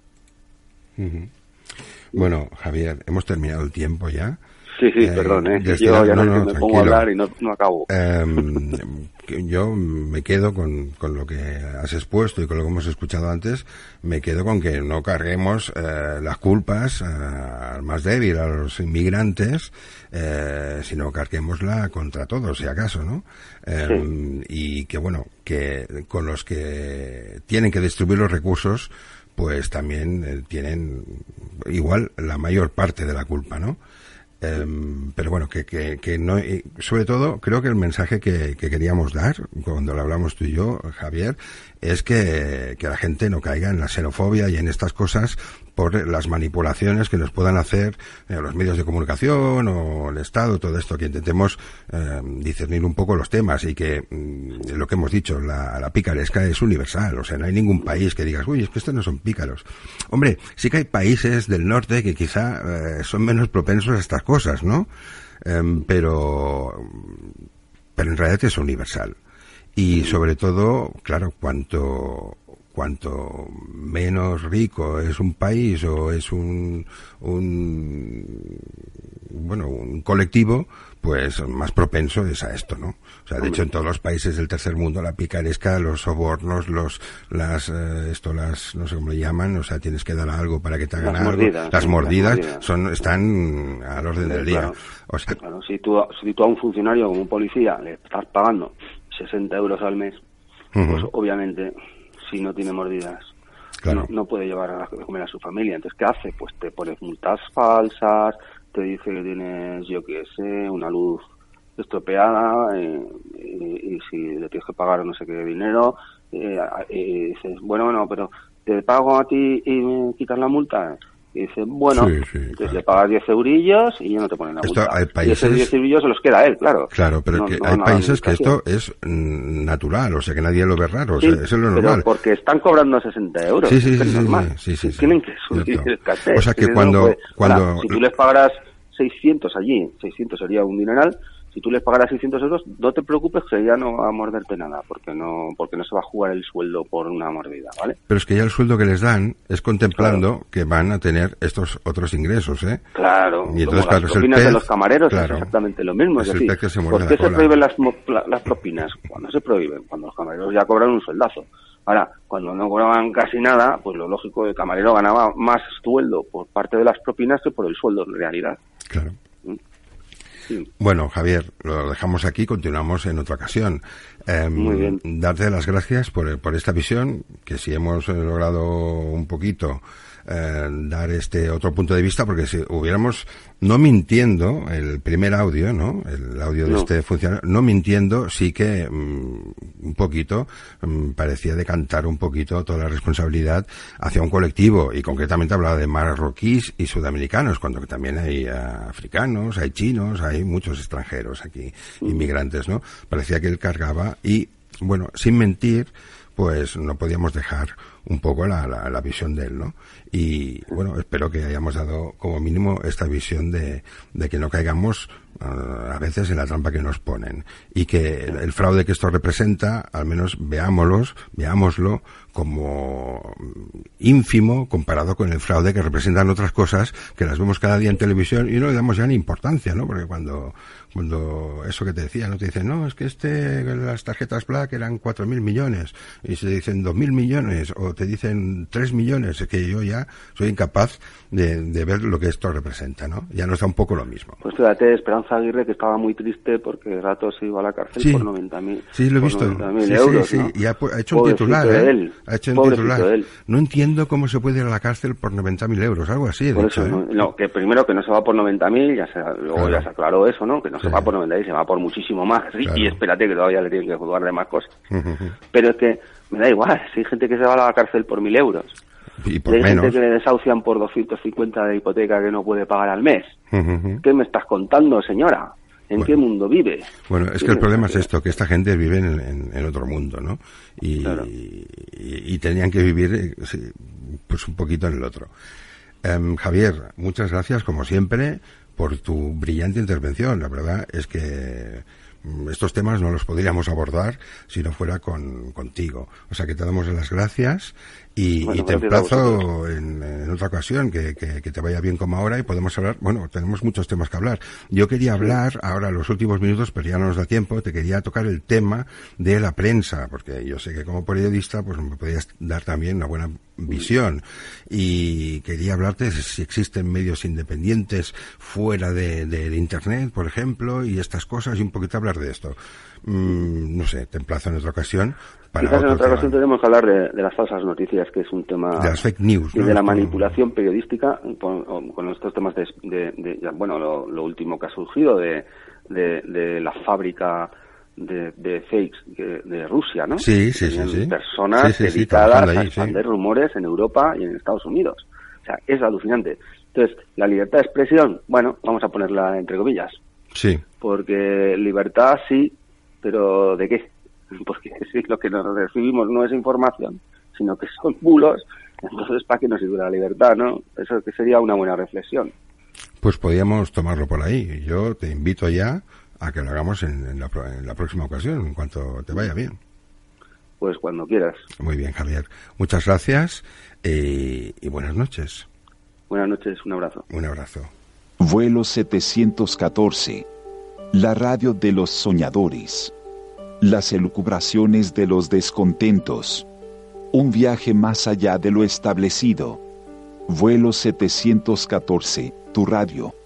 Bueno, Javier, hemos terminado el tiempo ya. Sí, perdón, yo ya no me pongo a hablar y no acabo. Yo me quedo con lo que has expuesto y con lo que hemos escuchado antes, me quedo con que no carguemos las culpas al más débil, a los inmigrantes, sino carguémosla contra todos, si acaso, ¿no? Y que bueno, que con los que tienen que distribuir los recursos, pues también tienen igual la mayor parte de la culpa, ¿no? Pero bueno, que no, sobre todo creo que el mensaje que queríamos dar cuando lo hablamos tú y yo, Javier, es que la gente no caiga en la xenofobia y en estas cosas por las manipulaciones que nos puedan hacer los medios de comunicación o el Estado, todo esto, que intentemos discernir un poco los temas y que lo que hemos dicho, la picaresca es universal, o sea, no hay ningún país que digas, uy, es que estos no son pícaros. Hombre, sí que hay países del norte que quizá son menos propensos a estas cosas, ¿no? Pero en realidad es universal. Y sobre todo, claro, cuanto menos rico es un país o es un colectivo, pues más propenso es a esto, ¿no? O sea, de hecho, en todos los países del tercer mundo, la picaresca, los sobornos, no sé cómo le llaman, o sea, tienes que dar algo para que te hagan algo. Las mordidas están al orden del día. Claro. O sea, claro, si tú a un funcionario como un policía le estás pagando 60 euros al mes, pues obviamente, si no tiene mordidas, claro, no puede llevar a comer a su familia. Entonces, ¿qué hace? Pues te pones multas falsas, te dice que tienes, yo qué sé, una luz estropeada, y si le tienes que pagar no sé qué dinero, y dices, bueno, pero te pago a ti y me quitas la multa. Y dice, bueno, entonces claro, le pagas 10 eurillos y ya no te ponen la multa. Hay países, y esos 10 eurillos se los queda a él, claro. Claro, pero hay países que esto es natural, o sea, que nadie lo ve raro, sí, o sea, eso es lo normal. Pero porque están cobrando 60 euros. Sí, es normal. Sí. Tienen que subir el caché. O sea, que cuando si tú les pagaras 600 allí, 600 sería un dineral. Si tú les pagaras 600 euros, no te preocupes que ya no va a morderte nada, porque no se va a jugar el sueldo por una mordida, ¿vale? Pero es que ya el sueldo que les dan es contemplando que van a tener estos otros ingresos, ¿eh? Claro. Y entonces, las propinas de los camareros es claro, exactamente lo mismo. Es decir, el pez que se ¿por qué se prohíben las propinas? Cuando se prohíben, cuando los camareros ya cobran un sueldazo. Ahora, cuando no cobraban casi nada, pues lo lógico, el camarero ganaba más sueldo por parte de las propinas que por el sueldo en realidad. Claro. Sí. Bueno, Javier, lo dejamos aquí, continuamos en otra ocasión. Muy bien. Darte las gracias por esta visión, que si hemos logrado un poquito dar este otro punto de vista, porque si hubiéramos, no mintiendo, el primer audio, ¿no? El audio de este funcionario, no mintiendo, sí que un poquito parecía decantar un poquito toda la responsabilidad hacia un colectivo, y concretamente hablaba de marroquíes y sudamericanos, cuando también hay africanos, hay chinos, hay muchos extranjeros aquí, inmigrantes, ¿no? Parecía que él cargaba y, bueno, sin mentir, pues no podíamos dejar un poco la visión de él, ¿no? Y bueno, espero que hayamos dado como mínimo esta visión de que no caigamos a veces en la trampa que nos ponen, y que el fraude que esto representa, al menos veámoslo como ínfimo comparado con el fraude que representan otras cosas que las vemos cada día en televisión y no le damos ya ni importancia, ¿no? Porque cuando eso que te decía, ¿no? Te dicen, no, es que las tarjetas Black eran 4.000 millones, y se dicen 2.000 millones, o te dicen 3 millones, es que yo ya soy incapaz de ver lo que esto representa, ¿no? Ya nos da un poco lo mismo. Pues fíjate, Esperanza Aguirre, que estaba muy triste porque Rato se iba a la cárcel por 90.000. Sí, lo he visto. 90.000 euros, sí, ¿no? y ha hecho un titular, ¿eh? Ha hecho un titular. No entiendo cómo se puede ir a la cárcel por 90.000 euros, algo así. Por eso, no, que primero que no se va por 90.000, luego ya se aclaró eso, ¿no? Que no se va por 90.000, se va por muchísimo más. Sí, claro. Y espérate que todavía le tienen que juzgar de más cosas. Pero es que me da igual, si hay gente que se va a la cárcel por 1.000 euros. Y por hay menos. Gente que le desahucian por 250 de hipoteca que no puede pagar al mes. ¿Qué me estás contando, señora? ¿En qué mundo vive? Bueno, es que el problema es esto, que esta gente vive en otro mundo, ¿no? Y tenían que vivir pues un poquito en el otro. Javier, muchas gracias, como siempre, por tu brillante intervención. La verdad es que estos temas no los podríamos abordar si no fuera contigo. O sea que te damos las gracias y te emplazo en otra ocasión, que te vaya bien como ahora y podemos hablar. Bueno, tenemos muchos temas que hablar. Yo quería hablar ahora los últimos minutos, pero ya no nos da tiempo. Te quería tocar el tema de la prensa, porque yo sé que como periodista pues me podías dar también una buena visión, y quería hablarte de si existen medios independientes fuera de Internet, por ejemplo, y estas cosas, y un poquito hablar de esto. No sé, te emplazo en otra ocasión. Quizás en otra ocasión tenemos que hablar de las falsas noticias, que es un tema... De las fake news, y de la manipulación periodística con estos temas bueno, lo último que ha surgido de la fábrica de fakes de Rusia, ¿no? Sí. Personas dedicadas a expandir rumores en Europa y en Estados Unidos. O sea, es alucinante. Entonces, la libertad de expresión, bueno, vamos a ponerla entre comillas. Sí. Porque libertad sí, pero ¿de qué? Porque si lo que nos recibimos no es información, sino que son bulos, entonces ¿para qué nos sirve la libertad, no? Eso que sería una buena reflexión. Pues podríamos tomarlo por ahí. Yo te invito ya a que lo hagamos en la próxima ocasión, en cuanto te vaya bien. Pues cuando quieras. Muy bien, Javier. Muchas gracias y buenas noches. Buenas noches, un abrazo. Un abrazo. Vuelo 714, la radio de los soñadores, las elucubraciones de los descontentos, un viaje más allá de lo establecido. Vuelo 714, tu radio.